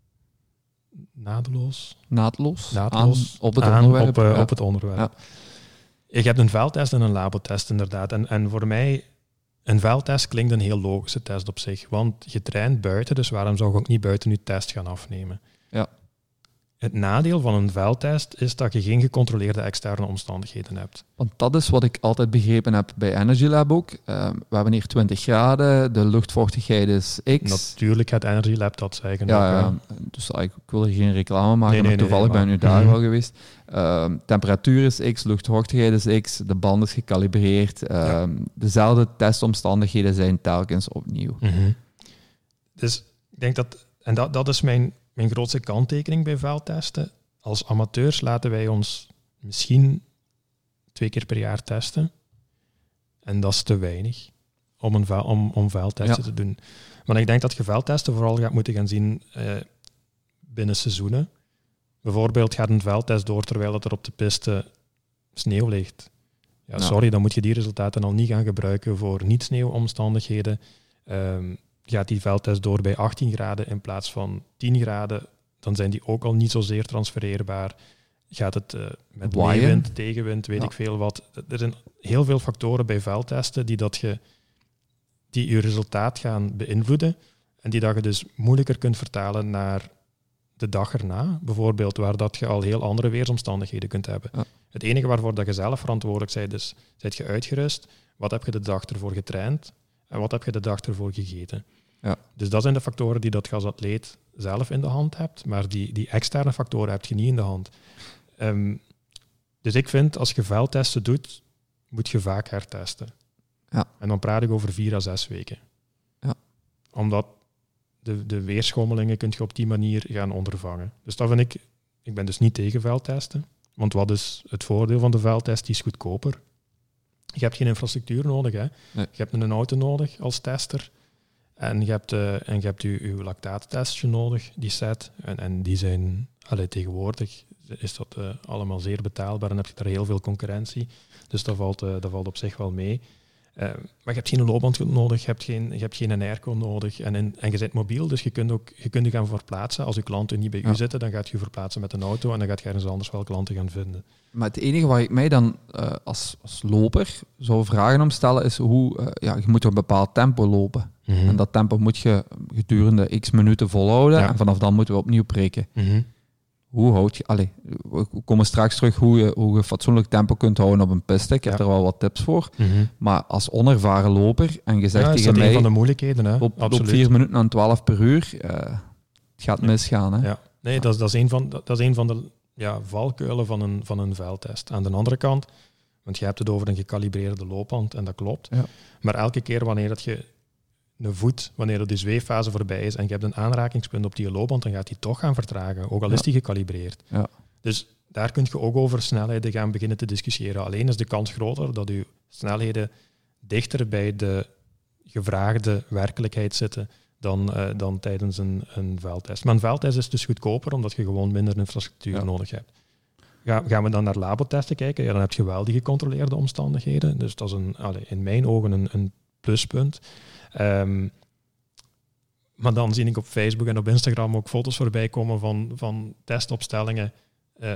Naadloos. Naadloos. Naadloos aan, op het aan, onderwerp. Op, uh, ja. op het onderwerp. Ja. Je hebt een veldtest en een labotest, inderdaad. En, en voor mij, een veldtest klinkt een heel logische test op zich. Want je traint buiten, dus waarom zou je ook niet buiten je test gaan afnemen? Ja. Het nadeel van een veldtest is dat je geen gecontroleerde externe omstandigheden hebt. Want dat is wat ik altijd begrepen heb bij Energy Lab ook. Uh, we hebben hier twintig graden, de luchtvochtigheid is X. Natuurlijk gaat Energy Lab dat zeggen. Ja, ook, ja. Dus uh, ik wil er geen reclame maken, nee, nee, maar toevallig nee, nee, ben ik nu daar mm-hmm. wel geweest. Uh, temperatuur is X, luchtvochtigheid is X, de band is gecalibreerd. Uh, ja. Dezelfde testomstandigheden zijn telkens opnieuw. Mm-hmm. Dus ik denk dat, en dat, dat is mijn... Mijn grootste kanttekening bij veldtesten. Als amateurs laten wij ons misschien twee keer per jaar testen. En dat is te weinig om, een vuil, om, om veldtesten ja. te doen. Maar ik denk dat je veldtesten vooral gaat moeten gaan zien eh, binnen seizoenen. Bijvoorbeeld gaat een veldtest door terwijl het er op de piste sneeuw ligt. Ja, ja. Sorry, dan moet je die resultaten al niet gaan gebruiken voor niet-sneeuwomstandigheden. Um, Gaat die veldtest door bij achttien graden in plaats van tien graden, dan zijn die ook al niet zozeer transfereerbaar. Gaat het uh, met meewind, tegenwind, weet ja. ik veel wat. Er zijn heel veel factoren bij veldtesten die, dat je, die je resultaat gaan beïnvloeden en die dat je dus moeilijker kunt vertalen naar de dag erna, bijvoorbeeld, waar dat je al heel andere weersomstandigheden kunt hebben. Ja. Het enige waarvoor dat je zelf verantwoordelijk bent, is, zijt je uitgerust, wat heb je de dag ervoor getraind en wat heb je de dag ervoor gegeten. Ja. Dus dat zijn de factoren die dat je als atleet zelf in de hand hebt, maar die, die externe factoren heb je niet in de hand. Um, dus ik vind, als je veldtesten doet, moet je vaak hertesten. Ja. En dan praat ik over vier à zes weken. Ja. Omdat de, de weerschommelingen kun je op die manier gaan ondervangen. Dus dat vind ik... Ik ben dus niet tegen veldtesten. Want wat is het voordeel van de veldtest? Die is goedkoper. Je hebt geen infrastructuur nodig. Hè? Nee. Je hebt een auto nodig als tester. En je hebt, uh, en je, hebt je, je lactaattestje nodig, die set. En, en die zijn... Allee, tegenwoordig is dat uh, allemaal zeer betaalbaar en heb je daar heel veel concurrentie. Dus dat valt, uh, dat valt op zich wel mee. Uh, maar je hebt geen loopband nodig, je hebt geen, je hebt geen airco nodig en, in, en je bent mobiel, dus je kunt ook je kunt je gaan verplaatsen. Als je klanten niet bij ja. u zitten, dan gaat je verplaatsen met een auto en dan gaat je ergens anders wel klanten gaan vinden. Maar het enige waar ik mij dan uh, als, als loper zou vragen om stellen is hoe, uh, ja, je moet een bepaald tempo lopen. Mm-hmm. En dat tempo moet je gedurende x minuten volhouden ja. en vanaf dan moeten we opnieuw prikken. Mm-hmm. Hoe houd je... Allee, we komen straks terug hoe je, hoe je fatsoenlijk tempo kunt houden op een piste. Ik heb ja. er wel wat tips voor. Mm-hmm. Maar als onervaren loper en je zegt ja, tegen is dat mij... een van de moeilijkheden, hè? Op, Absoluut. op vier minuten aan twaalf per uur, uh, het gaat misgaan. Hè? Ja. Nee, ja. dat, is, dat, is een van, dat, dat is een van de ja, valkuilen van een, van een veldtest. Aan de andere kant, want je hebt het over een gecalibreerde loopband en dat klopt. Ja. Maar elke keer wanneer dat je een voet, wanneer de zweeffase voorbij is en je hebt een aanrakingspunt op die loopband, dan gaat die toch gaan vertragen, ook al ja. is die gecalibreerd. Ja. Dus daar kun je ook over snelheden gaan beginnen te discussiëren. Alleen is de kans groter dat je snelheden dichter bij de gevraagde werkelijkheid zitten dan, uh, dan tijdens een, een veldtest. Maar een veldtest is dus goedkoper, omdat je gewoon minder infrastructuur ja. nodig hebt. Ga, gaan we dan naar labotesten kijken? Ja, dan heb je wel die gecontroleerde omstandigheden. Dus dat is een, allez, in mijn ogen een, een pluspunt. Um, maar dan zie ik op Facebook en op Instagram ook foto's voorbij komen van, van testopstellingen uh,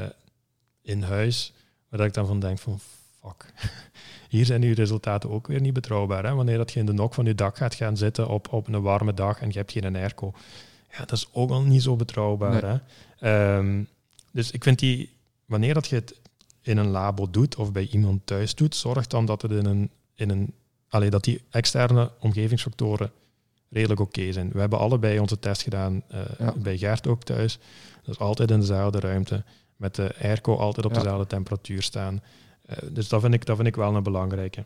in huis, waar ik dan van denk van fuck, hier zijn uw resultaten ook weer niet betrouwbaar. Hè? Wanneer dat je in de nok van je dak gaat gaan zitten op, op een warme dag en je hebt geen airco. Ja, dat is ook al niet zo betrouwbaar. Nee. Hè? Um, dus ik vind die, wanneer dat je het in een labo doet of bij iemand thuis doet, zorg dan dat het in een, in een Allee, dat die externe omgevingsfactoren redelijk oké okay zijn. We hebben allebei onze test gedaan, uh, ja. bij Gert ook thuis. Dat is altijd in dezelfde ruimte, met de airco altijd op ja. dezelfde temperatuur staan. Uh, dus dat vind, ik, dat vind ik wel een belangrijke.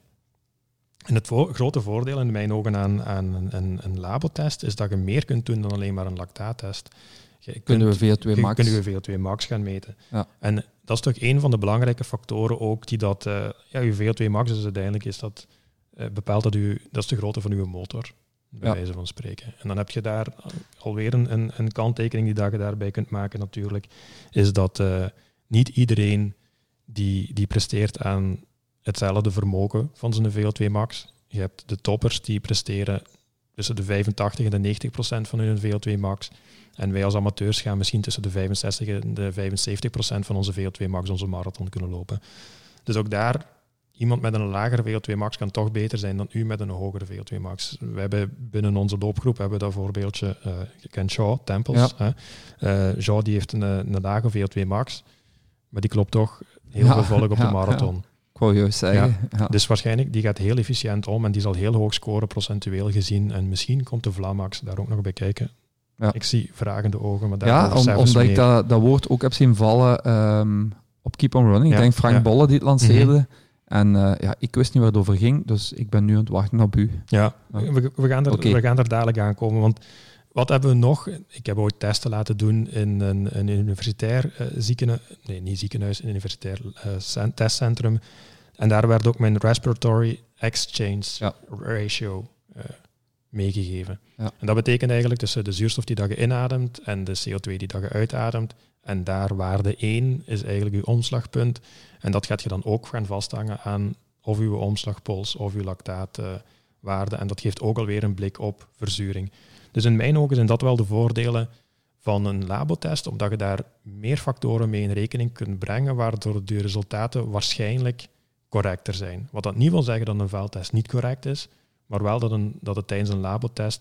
En het vo- grote voordeel in mijn ogen aan, aan een, een, een labotest is dat je meer kunt doen dan alleen maar een lactaattest. Je kunt, kunnen we V O twee max. Kunnen we V O twee max gaan meten. Ja. En dat is toch een van de belangrijke factoren ook, die dat... Uh, ja, je V O twee max is uiteindelijk is dat... Uh, bepaalt dat u, dat is de grootte van uw motor, bij ja. wijze van spreken. En dan heb je daar alweer een, een, een kanttekening die dat je daarbij kunt maken natuurlijk, is dat uh, niet iedereen die, die presteert aan hetzelfde vermogen van zijn V O twee max. Je hebt de toppers die presteren tussen de vijfentachtig en de negentig procent van hun V O twee max. En wij als amateurs gaan misschien tussen de vijfenzestig en de vijfenzeventig procent van onze V O twee max onze marathon kunnen lopen. Dus ook daar... Iemand met een lagere V O twee max kan toch beter zijn dan u met een hogere V O twee max. We hebben binnen onze loopgroep hebben we dat voorbeeldje. Uh, je kent Shaw, Tempels. Ja. Hè? Uh, Shaw die heeft een, een lage V O twee max, maar die klopt toch heel ja, gevolg op ja, de marathon. Ja. Ik wou juist zeggen. Ja. Ja. Dus waarschijnlijk, die gaat heel efficiënt om en die zal heel hoog scoren procentueel gezien. En misschien komt de Vlamax daar ook nog bij kijken. Ja. Ik zie vragende ogen, maar daar ja, om, omdat meer. ik dat, dat woord ook heb zien vallen um, op Keep on Running. Ja, Ik denk Frank ja. Bolle die het lanceerde. Mm-hmm. En uh, ja, ik wist niet waar het over ging, dus ik ben nu aan het wachten op u. Ja, ja. We, we, gaan er, okay. we gaan er dadelijk aankomen. Want wat hebben we nog? Ik heb ooit testen laten doen in een, een universitair uh, ziekenhuis. Nee, niet ziekenhuis, een universitair uh, testcentrum. En daar werd ook mijn respiratory exchange ja. ratio uh, meegegeven. Ja. En dat betekent eigenlijk tussen de zuurstof die dat je inademt en de C O twee die dat je uitademt. En daar waarde één is eigenlijk uw omslagpunt. En dat gaat je dan ook gaan vasthangen aan of uw omslagpols of uw lactaatwaarde. Uh, en dat geeft ook alweer een blik op verzuring. Dus in mijn ogen zijn dat wel de voordelen van een labotest, omdat je daar meer factoren mee in rekening kunt brengen, waardoor de resultaten waarschijnlijk correcter zijn. Wat dat niet wil zeggen dat een veldtest niet correct is, maar wel dat, een, dat het tijdens een labotest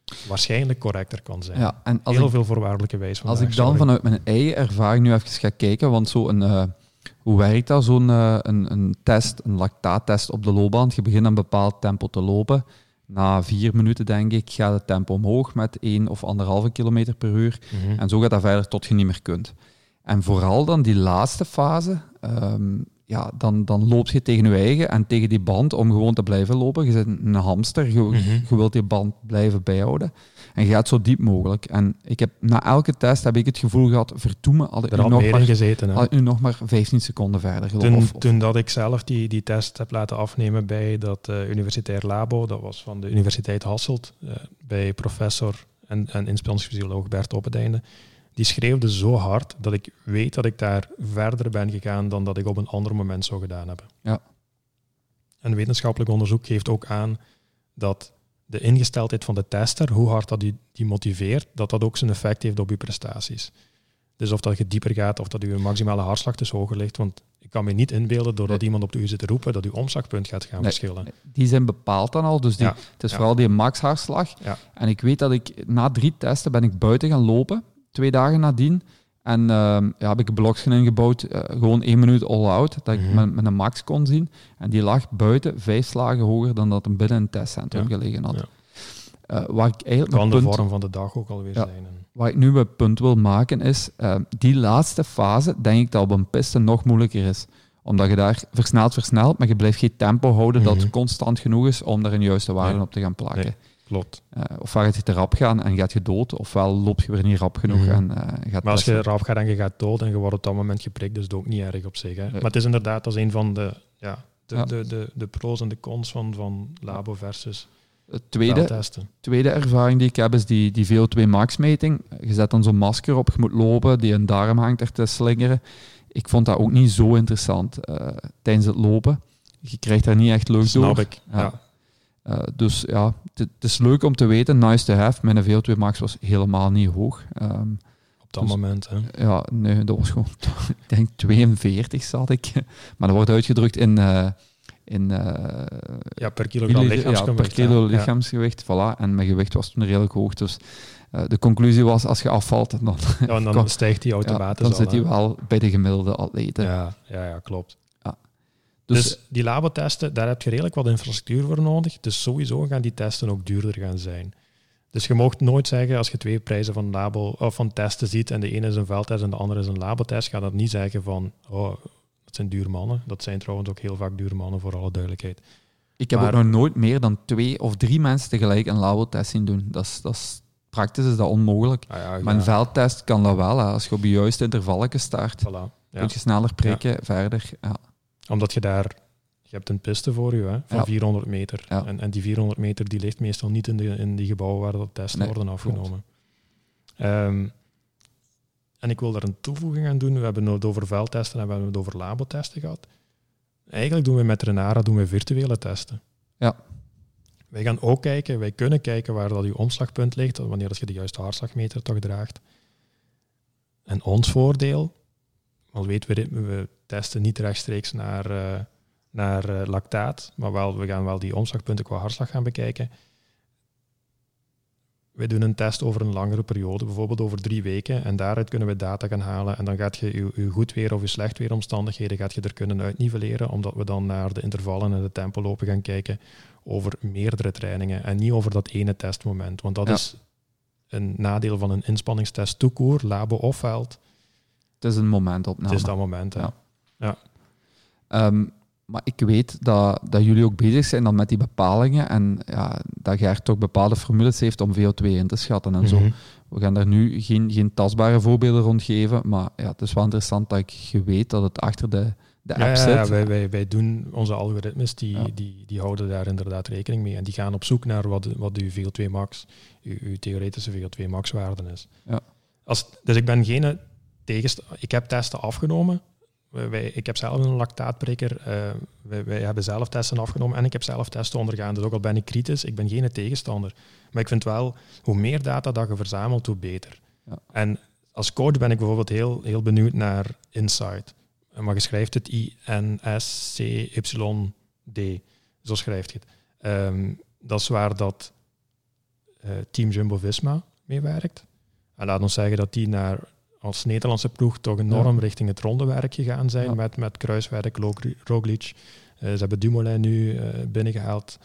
waarschijnlijk correcter kan zijn. Ja, en als Heel ik, veel voorwaardelijke wijs vandaag. Als ik dan sorry. vanuit mijn eigen ervaring nu even ga kijken, want zo een, uh, hoe werkt dat, zo'n uh, een, een test, een lactaattest op de loopband? Je begint een bepaald tempo te lopen. Na vier minuten, denk ik, gaat het tempo omhoog met één of anderhalve kilometer per uur. Mm-hmm. En zo gaat dat verder tot je niet meer kunt. En vooral dan die laatste fase, um, ja, dan, dan loop je tegen je eigen en tegen die band om gewoon te blijven lopen. Je bent een hamster, je, Mm-hmm. je wilt die band blijven bijhouden. En je gaat zo diep mogelijk. En ik heb, na elke test heb ik het gevoel gehad, verdoe me, had ik Er nu had nog meer maar, in gezeten. Hè? had ik nu nog maar vijftien seconden verder gelopen. Toen, Of, of, toen dat ik zelf die, die test heb laten afnemen bij dat uh, universitair labo, dat was van de Universiteit Hasselt, uh, bij professor en, en inspanningsfysioloog Bert Oppeteinde, die schreeuwde zo hard dat ik weet dat ik daar verder ben gegaan dan dat ik op een ander moment zou gedaan hebben. Ja. En wetenschappelijk onderzoek geeft ook aan dat de ingesteldheid van de tester, hoe hard dat die, die motiveert, dat dat ook zijn effect heeft op je prestaties. Dus of dat je dieper gaat, of dat je maximale hartslag dus hoger ligt. Want ik kan me niet inbeelden, doordat nee. iemand op de u zit te roepen, dat je omslagpunt gaat gaan nee, verschillen. Nee, die zijn bepaald dan al, dus die, Ja, het is ja. vooral die max-hartslag. Ja. En ik weet dat ik na drie testen ben ik buiten gaan lopen, twee dagen nadien. En uh, ja, heb ik een blokje ingebouwd, uh, gewoon één minuut all-out, dat ik Mm-hmm. met, met een max kon zien. En die lag buiten vijf slagen hoger dan dat hem binnen een testcentrum Ja. gelegen had. Ja. Uh, waar ik eigenlijk Kan de punt, vorm van de dag ook alweer Ja. zijn. En waar ik nu een punt wil maken is, uh, die laatste fase, denk ik dat op een piste nog moeilijker is. Omdat je daar versneld versnelt, maar je blijft geen tempo houden Mm-hmm. dat constant genoeg is om daar een juiste waarde Nee. op te gaan plakken. Nee. Klopt. Uh, of gaat je te rap gaan en gaat je dood, ofwel loop je weer niet rap genoeg Mm-hmm. en uh, gaat Maar als je testen. eraf gaat en je gaat dood en je wordt op dat moment geprikt, dus dat is ook niet erg op zich. Hè. Nee. Maar het is inderdaad als een van de, ja, de, Ja. de, de, de pro's en de cons van, van labo versus Het tweede, testen. tweede ervaring die ik heb is die, die V O twee max-meting. Je zet dan zo'n masker op, je moet lopen, die een darm hangt er te slingeren. Ik vond dat ook niet zo interessant uh, tijdens het lopen. Je krijgt daar niet echt lucht door. Snap ik. Ja. Ja. Uh, dus ja, het is leuk om te weten, nice to have. Mijn V O twee max was helemaal niet hoog. Um, Op dat dus, moment. Hè. Ja, nee, dat was gewoon, ik denk tweeënveertig zat ik. Maar dat wordt uitgedrukt in... Uh, in uh, Ja, per kilogram milli- lichaamsgewicht. ja, per kilo ja. lichaamsgewicht, voilà. En mijn gewicht was toen redelijk hoog. Dus uh, de conclusie was, als je afvalt, dan, Ja, en dan kan- stijgt die ja, automatisch dan al, zit hè. hij wel bij de gemiddelde atleten. Ja, ja, ja, klopt. Dus, Dus, die labotesten, daar heb je redelijk wat infrastructuur voor nodig. Dus sowieso gaan die testen ook duurder gaan zijn. Dus je mag nooit zeggen, als je twee prijzen van, labo, of van testen ziet en de ene is een veldtest en de andere is een labotest, ga dat niet zeggen van, oh, dat zijn duur mannen. Dat zijn trouwens ook heel vaak duur mannen, voor alle duidelijkheid. ik heb maar- ook nog nooit meer dan twee of drie mensen tegelijk een labotest zien doen. Dat is, dat is, praktisch is dat onmogelijk. Ah, ja, Maar een ja, veldtest kan dat wel. Hè. Als je op je juiste intervallen start, voilà. Ja. kun je sneller prikken, verder. Ja. Omdat je daar, je hebt een piste voor je, hè, van Ja. vierhonderd meter. Ja. En, en die vierhonderd meter die ligt meestal niet in, de, in die gebouwen waar de testen Nee, worden afgenomen. Ehm, en ik wil daar een toevoeging aan doen. We hebben het over veldtesten en we hebben het over labotesten gehad. Eigenlijk doen we met Renara doen we virtuele testen. Ja. Wij gaan ook kijken, wij kunnen kijken waar dat je omslagpunt ligt, wanneer dat je de juiste hartslagmeter toch draagt. En ons voordeel, want weten we, we testen niet rechtstreeks naar, uh, naar uh, lactaat, maar wel, we gaan wel die omslagpunten qua hartslag gaan bekijken. We doen een test over een langere periode, bijvoorbeeld over drie weken, en daaruit kunnen we data gaan halen. En dan gaat je je, je goed weer of je slecht weeromstandigheden gaat je er kunnen uitnivelleren, omdat we dan naar de intervallen en de tempolopen gaan kijken over meerdere trainingen en niet over dat ene testmoment. Want dat Ja. is een nadeel van een inspanningstest tout court, labo of veld. Het is een momentopname. Het is dat moment. Hè. Ja. Ja. Um, maar ik weet dat, dat jullie ook bezig zijn dan met die bepalingen en ja, dat Gert toch bepaalde formules heeft om V O twee in te schatten en zo. Mhm. We gaan daar nu geen, geen tastbare voorbeelden rond geven, maar ja, het is wel interessant dat ik je weet dat het achter de, de app Ja, ja, zit. ja, wij, wij, wij doen onze algoritmes, die, Ja. die, die houden daar inderdaad rekening mee. En die gaan op zoek naar wat, wat uw V O twee max, uw, uw theoretische V O twee max waarde is. Ja. Als, dus ik ben geen tegenst... Ik heb testen afgenomen. Wij, wij, ik heb zelf een lactaatprikker. Uh, wij, wij hebben zelf testen afgenomen en ik heb zelf testen ondergaan. Dus ook al ben ik kritisch, ik ben geen tegenstander. Maar ik vind wel, hoe meer data dat je verzamelt, hoe beter. Ja. En als coach ben ik bijvoorbeeld heel, heel benieuwd naar Insight. Maar je schrijft het I N S C Y D. Zo schrijft je het. Um, dat is waar dat uh, Team Jumbo-Visma meewerkt. En laat ons zeggen dat die naar, als Nederlandse ploeg toch enorm ja. richting het rondewerk gegaan zijn ja. met, met Kruiswijk, Roglic. Uh, ze hebben Dumoulin nu uh, binnengehaald.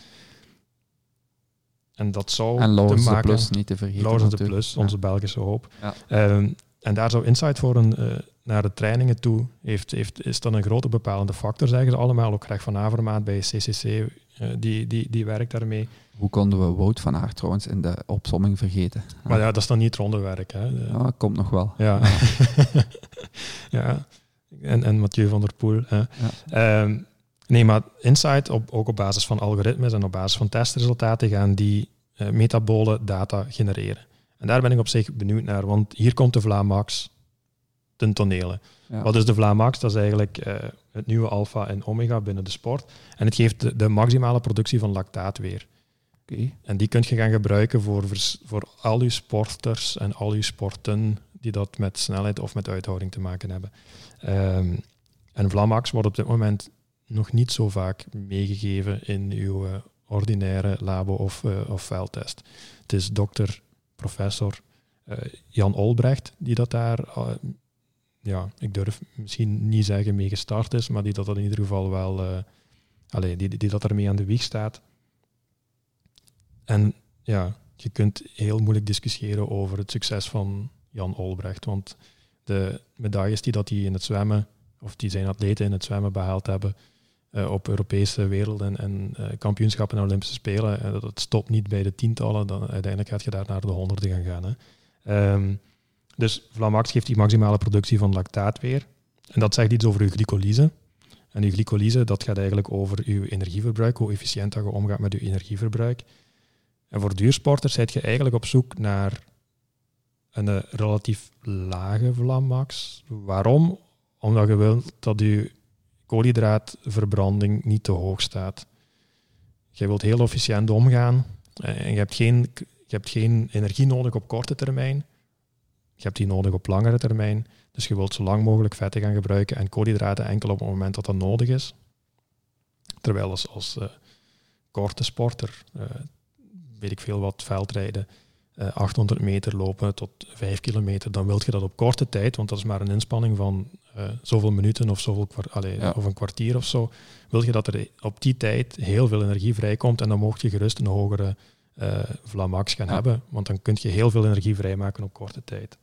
En dat zou en Laurens te maken... de Plus niet te vergeten. Laurens de Plus, onze ja. Belgische hoop. Ja. Um, en daar zou Insight voor een, uh, naar de trainingen toe, heeft, heeft, is dan een grote bepalende factor, zeggen ze allemaal. Ook Greg van Avermaat bij C C C, uh, die, die, die werkt daarmee. Hoe konden we Wout van Aert trouwens in de opsomming vergeten? Ja. Maar ja, dat is dan niet het rondewerk. Hè. De, ja, komt nog wel. Ja. Ja. ja. En, en Mathieu van der Poel. Hè. Ja. Um, nee, maar Insight, op, ook op basis van algoritmes en op basis van testresultaten, gaan die uh, metabole data genereren. En daar ben ik op zich benieuwd naar, want hier komt de Vlaamax ten tonele. Ja. Wat is de Vlaamax? Dat is eigenlijk uh, het nieuwe alpha en omega binnen de sport. En het geeft de, de maximale productie van lactaat weer. Okay. En die kun je gaan gebruiken voor, voor al uw sporters en al uw sporten die dat met snelheid of met uithouding te maken hebben. Um, en Vlaamax wordt op dit moment nog niet zo vaak meegegeven in uw uh, ordinaire labo of, uh, of veldtest. Het is dokter professor uh, Jan Olbrecht die dat daar, uh, ja, ik durf misschien niet zeggen mee gestart is, maar die dat in ieder geval wel, uh, allez, die, die dat ermee aan de wieg staat. En ja, je kunt heel moeilijk discussiëren over het succes van Jan Olbrecht, want de medailles die dat die in het zwemmen, of die zijn atleten in het zwemmen behaald hebben, uh, op Europese wereld- en, en uh, kampioenschappen en Olympische Spelen, uh, dat stopt niet bij de tientallen, dan uiteindelijk gaat je daar naar de honderden gaan gaan. Hè. Um, dus Vlaamax geeft die maximale productie van lactaat weer. En dat zegt iets over uw glycolyse. En uw glycolyse, dat gaat eigenlijk over uw energieverbruik, hoe efficiënt dat je omgaat met uw energieverbruik. En voor duursporters zit je eigenlijk op zoek naar een uh, relatief lage Vlaamax. Waarom? Omdat je wilt dat je koolhydraatverbranding niet te hoog staat. Je wilt heel efficiënt omgaan en je hebt geen, je hebt geen energie nodig op korte termijn. Je hebt die nodig op langere termijn. Dus je wilt zo lang mogelijk vetten gaan gebruiken en koolhydraten enkel op het moment dat dat nodig is. Terwijl als, als uh, korte sporter, uh, weet ik veel wat, veldrijden, uh, achthonderd meter lopen tot vijf kilometer, dan wil je dat op korte tijd, want dat is maar een inspanning van uh, zoveel minuten of, zoveel kwart, allez, ja. of een kwartier of zo, wil je dat er op die tijd heel veel energie vrijkomt en dan mocht je gerust een hogere uh, Vlaamax gaan ja. hebben, want dan kun je heel veel energie vrijmaken op korte tijd.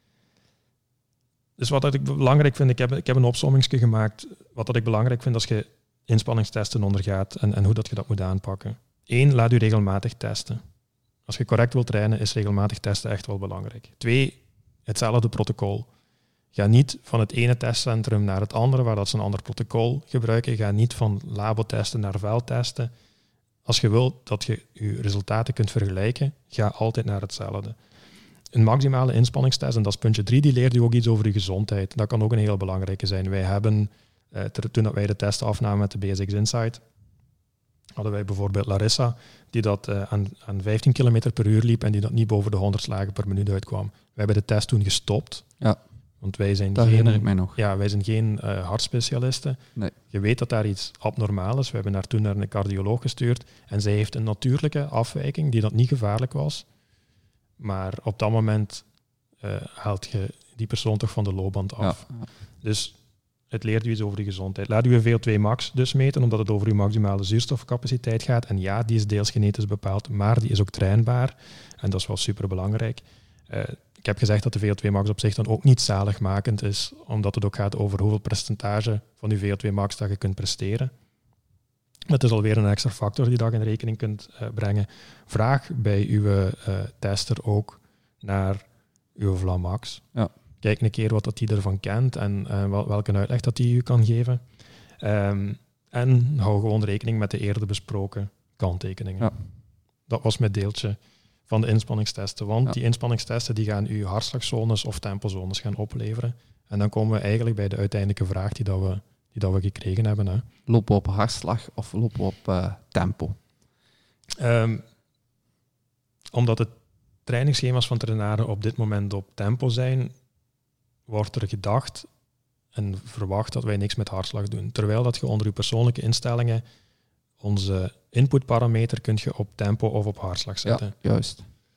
Dus wat dat ik belangrijk vind, ik heb, ik heb een opsommingske gemaakt, wat dat ik belangrijk vind als je inspanningstesten ondergaat en, en hoe dat je dat moet aanpakken. Eén, laat u regelmatig testen. Als je correct wilt trainen, is regelmatig testen echt wel belangrijk. Twee, hetzelfde protocol. Ga niet van het ene testcentrum naar het andere, waar dat ze een ander protocol gebruiken. Ga niet van labotesten naar veldtesten. Als je wilt dat je je resultaten kunt vergelijken, ga altijd naar hetzelfde. Een maximale inspanningstest, en dat is puntje drie, die leert u ook iets over je gezondheid. Dat kan ook een heel belangrijke zijn. Wij hebben, eh, toen wij de testen afnamen met de B S X Insight, hadden wij bijvoorbeeld Larissa, die dat uh, aan, aan vijftien kilometer per uur liep en die dat niet boven de honderd slagen per minuut uitkwam. We hebben de test toen gestopt. Ja, want wij zijn dat geen, herinner ik mij nog. Ja, wij zijn geen uh, hartspecialisten. Nee. Je weet dat daar iets abnormaal is. We hebben haar toen naar een cardioloog gestuurd en zij heeft een natuurlijke afwijking die dat niet gevaarlijk was. Maar op dat moment uh, haalt je die persoon toch van de loopband af. Ja, ja. Dus het leert u iets over je gezondheid. Laat u een V O twee max dus meten, omdat het over uw maximale zuurstofcapaciteit gaat. En ja, die is deels genetisch bepaald, maar die is ook trainbaar. En dat is wel superbelangrijk. Uh, ik heb gezegd dat de V O twee max op zich dan ook niet zaligmakend is, omdat het ook gaat over hoeveel percentage van uw V O twee max dat je kunt presteren. Het is alweer een extra factor die je in rekening kunt uh, brengen. Vraag bij uw uh, tester ook naar uw Vlaamax. Ja. Kijk een keer wat dat die ervan kent en uh, wel, welke uitleg dat die u kan geven. Um, en hou gewoon rekening met de eerder besproken kanttekeningen. Ja. Dat was mijn deeltje van de inspanningstesten. Want ja. die inspanningstesten die gaan uw hartslagzones of tempozones gaan opleveren. En dan komen we eigenlijk bij de uiteindelijke vraag die, dat we, die dat we gekregen hebben. Hè. Lopen we op hartslag of lopen we op uh, tempo? Um, omdat de trainingsschema's van trainaren op dit moment op tempo zijn, wordt er gedacht en verwacht dat wij niks met hartslag doen. Terwijl dat je onder je persoonlijke instellingen onze inputparameter kunt je op tempo of op hartslag zetten. Ja, juist.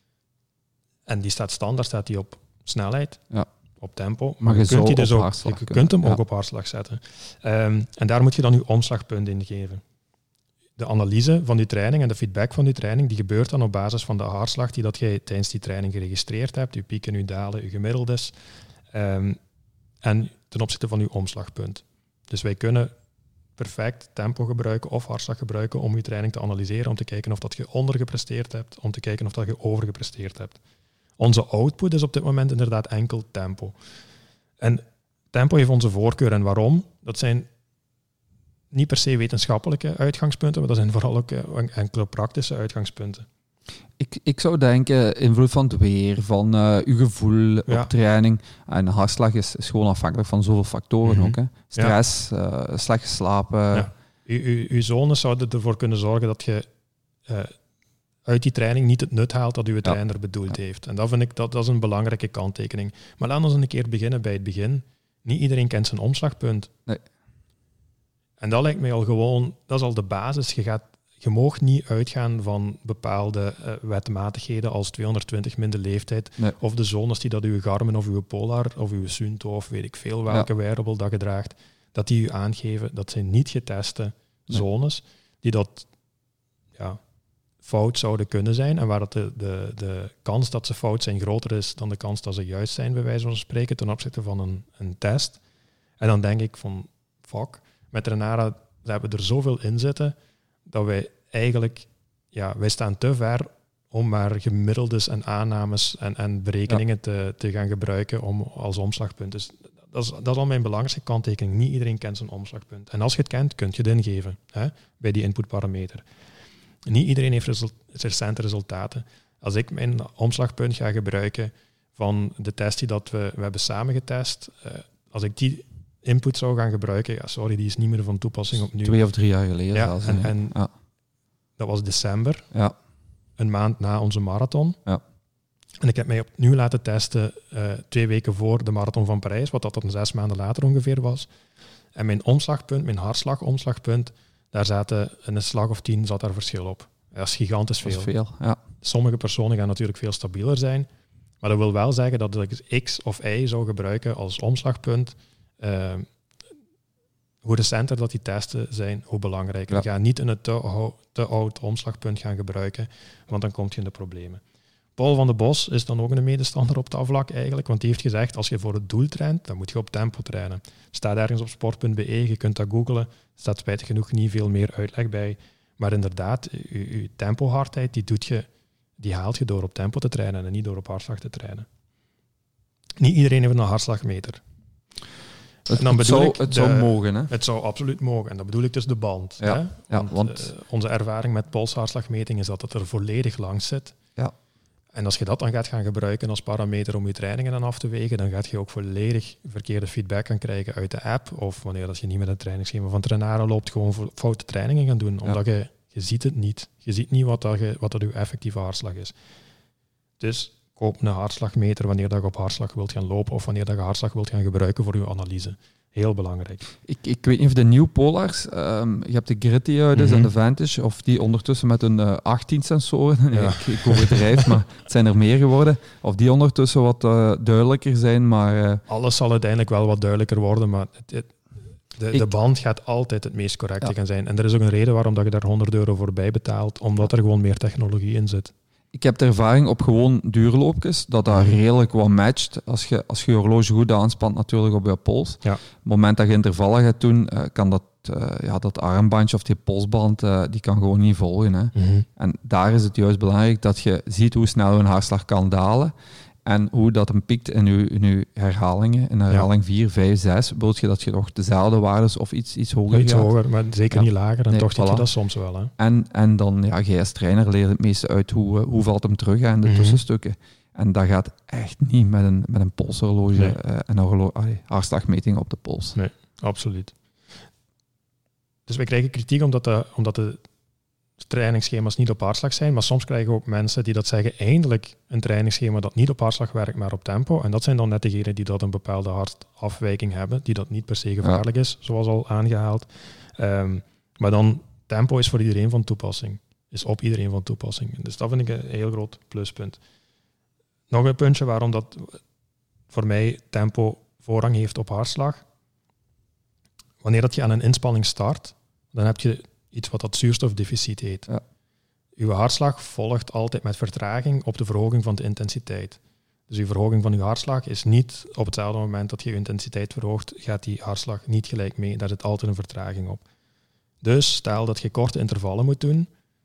En die staat standaard, staat die op snelheid, ja. op tempo. Maar, maar je, je, kunt, die dus ook, je kunt hem ja. ook op hartslag zetten. Um, en daar moet je dan je omslagpunt in geven. De analyse van die training en de feedback van die training, die gebeurt dan op basis van de hartslag die dat jij tijdens die training geregistreerd hebt, je pieken, je dalen, je gemiddeldes, um, en ten opzichte van je omslagpunt. Dus wij kunnen perfect tempo gebruiken of hartslag gebruiken om je training te analyseren, om te kijken of dat je ondergepresteerd hebt, om te kijken of dat je overgepresteerd hebt. Onze output is op dit moment inderdaad enkel tempo. En tempo heeft onze voorkeur. En waarom? Dat zijn niet per se wetenschappelijke uitgangspunten, maar dat zijn vooral ook enkele praktische uitgangspunten. Ik, ik zou denken, invloed van het weer, van uh, uw gevoel ja. op training. En hartslag is, is gewoon afhankelijk van zoveel factoren mm-hmm. ook. Hè. Stress, ja. uh, slecht geslapen. Ja. U, u, uw zones zouden ervoor kunnen zorgen dat je uh, uit die training niet het nut haalt dat uw trainer ja. bedoeld ja. heeft. En dat vind ik, dat, dat is een belangrijke kanttekening. Maar laten we een keer beginnen bij het begin. Niet iedereen kent zijn omslagpunt. Nee. En dat lijkt mij al gewoon, dat is al de basis. Je gaat Je mag niet uitgaan van bepaalde uh, wetmatigheden als tweehonderdtwintig min de leeftijd, nee. of de zones die dat uw Garmin of uw Polar of uw Suunto of weet ik veel welke ja. wearable dat je draagt, dat die u aangeven. Dat zijn niet geteste nee. zones die dat ja, fout zouden kunnen zijn en waar dat de, de, de kans dat ze fout zijn groter is dan de kans dat ze juist zijn, bij wijze van spreken, ten opzichte van een, een test. En dan denk ik van, fuck, met Renara ze hebben er zoveel in zitten dat wij eigenlijk, ja, wij staan te ver om maar gemiddeldes en aannames en, en berekeningen ja. te, te gaan gebruiken om, als omslagpunt. Dus dat is, dat is al mijn belangrijkste kanttekening. Niet iedereen kent zijn omslagpunt. En als je het kent, kun je het ingeven hè, bij die inputparameter. Niet iedereen heeft result, recente resultaten. Als ik mijn omslagpunt ga gebruiken van de test die dat we, we hebben samen getest, uh, als ik die input zou gaan gebruiken, ja, sorry, die is niet meer van toepassing op nu. Twee of drie jaar geleden. Ja, zelfs, en, en ja. dat was december, ja. een maand na onze marathon. Ja. En ik heb mij opnieuw laten testen uh, twee weken voor de marathon van Parijs, wat dat dan zes maanden later ongeveer was. En mijn omslagpunt, mijn hartslagomslagpunt, daar zaten in een slag of tien zat daar verschil op. Dat is gigantisch veel. Dat is veel, ja. Sommige personen gaan natuurlijk veel stabieler zijn, maar dat wil wel zeggen dat ik X of Y zou gebruiken als omslagpunt. Uh, hoe recenter dat die testen zijn, hoe belangrijker. Ja. Ga niet in het te, te oud omslagpunt gaan gebruiken, want dan kom je in de problemen. Paul van de Bos is dan ook een medestander op dat vlak eigenlijk, want die heeft gezegd, als je voor het doel traint, dan moet je op tempo trainen. Staat ergens op sport punt be, je kunt dat googlen, staat spijtig genoeg niet veel meer uitleg bij, maar inderdaad, je, je tempohardheid, die, doet je, die haalt je door op tempo te trainen en niet door op hartslag te trainen. Niet iedereen heeft een hartslagmeter. Het, en dan het, zou, ik het de, zou mogen, hè? Het zou absoluut mogen. En dan bedoel ik dus de band. Ja, hè? Want, ja, want uh, onze ervaring met polshartslagmeting is dat het er volledig langs zit. Ja. En als je dat dan gaat gaan gebruiken als parameter om je trainingen dan af te wegen, dan gaat je ook volledig verkeerde feedback gaan krijgen uit de app. Of wanneer dat je niet met een trainingsschema van Trenara loopt, gewoon foute trainingen gaan doen. Omdat ja. je, je ziet het niet. Je ziet niet wat dat, je, wat dat je effectieve hartslag is. Dus koop een hartslagmeter wanneer dat je op hartslag wilt gaan lopen of wanneer dat je hartslag wilt gaan gebruiken voor je analyse. Heel belangrijk. Ik, ik weet niet of de nieuwe Polars, um, je hebt de Gritty-huides mm-hmm. en de Vantage, of die ondertussen met een uh, achttien sensoren, ja. ik, ik overdrijf, maar het zijn er meer geworden, of die ondertussen wat uh, duidelijker zijn, maar... Uh, Alles zal uiteindelijk wel wat duidelijker worden, maar het, het, de, ik, de band gaat altijd het meest correcte ja. gaan zijn. En er is ook een reden waarom dat je daar honderd euro voor bij betaalt, omdat er gewoon meer technologie in zit. Ik heb de ervaring op gewoon duurloopjes, dat dat redelijk wat matcht. Als je, als je je horloge goed aanspant natuurlijk op je pols. Ja. Op het moment dat je intervallen gaat doen, uh, kan dat, uh, ja, dat armbandje of die polsband, uh, die kan gewoon niet volgen. Hè. Mm-hmm. En daar is het juist belangrijk dat je ziet hoe snel een hartslag kan dalen. En hoe dat hem piekt in je, in je herhalingen. In herhaling ja. vier, vijf, zes, wil je dat je nog dezelfde waardes of iets, iets hoger Iets gaat. hoger, maar zeker ja. niet lager. En nee, toch voilà. Doe je dat soms wel. Hè? En, en dan, ja, jij als trainer leert het meeste uit hoe, hoe valt hem terug aan de mm-hmm. tussenstukken. En dat gaat echt niet met een, met een polshorloge nee. uh, en een horlo- allee, hartslagmeting op de pols. Nee, absoluut. Dus wij krijgen kritiek omdat de, omdat de trainingsschema's niet op hartslag zijn, maar soms krijgen we ook mensen die dat zeggen, eindelijk een trainingsschema dat niet op hartslag werkt, maar op tempo. En dat zijn dan net degenen die dat een bepaalde hartafwijking hebben, die dat niet per se gevaarlijk ja. is, zoals al aangehaald. Um, maar dan, tempo is voor iedereen van toepassing. Is op iedereen van toepassing. Dus dat vind ik een heel groot pluspunt. nog een puntje waarom dat voor mij tempo voorrang heeft op hartslag. Wanneer dat je aan een inspanning start, dan heb je iets wat dat zuurstofdeficiet heet. Ja. Uw hartslag volgt altijd met vertraging op de verhoging van de intensiteit. Dus uw verhoging van uw hartslag is niet op hetzelfde moment dat je uw intensiteit verhoogt, gaat die hartslag niet gelijk mee. Daar zit altijd een vertraging op. Dus stel dat je korte intervallen moet doen,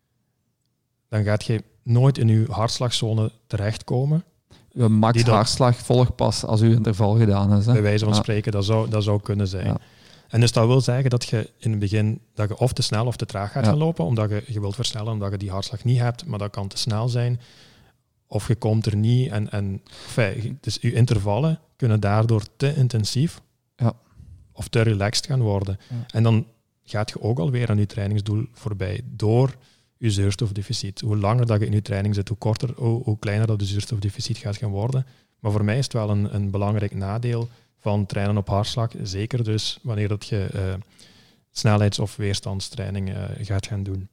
dan gaat je nooit in uw hartslagzone terechtkomen. Uw max Die dat- hartslag volgt pas als uw interval gedaan is. Hè? Bij wijze van Ja. spreken, dat zou, dat zou kunnen zijn. Ja. En dus dat wil zeggen dat je in het begin dat je of te snel of te traag gaat Ja. gaan lopen, omdat je, je wilt versnellen, omdat je die hartslag niet hebt, maar dat kan te snel zijn. Of je komt er niet. En, en, enfin, dus je intervallen kunnen daardoor te intensief Ja. of te relaxed gaan worden. Ja. En dan gaat je ook alweer aan je trainingsdoel voorbij door je zuurstofdeficiet. Hoe langer dat je in je training zit, hoe korter, hoe, hoe kleiner dat je zuurstofdeficiet gaat gaan worden. Maar voor mij is het wel een, een belangrijk nadeel van trainen op hartslag. Zeker dus wanneer dat je uh, snelheids- of weerstandstraining uh, gaat gaan doen.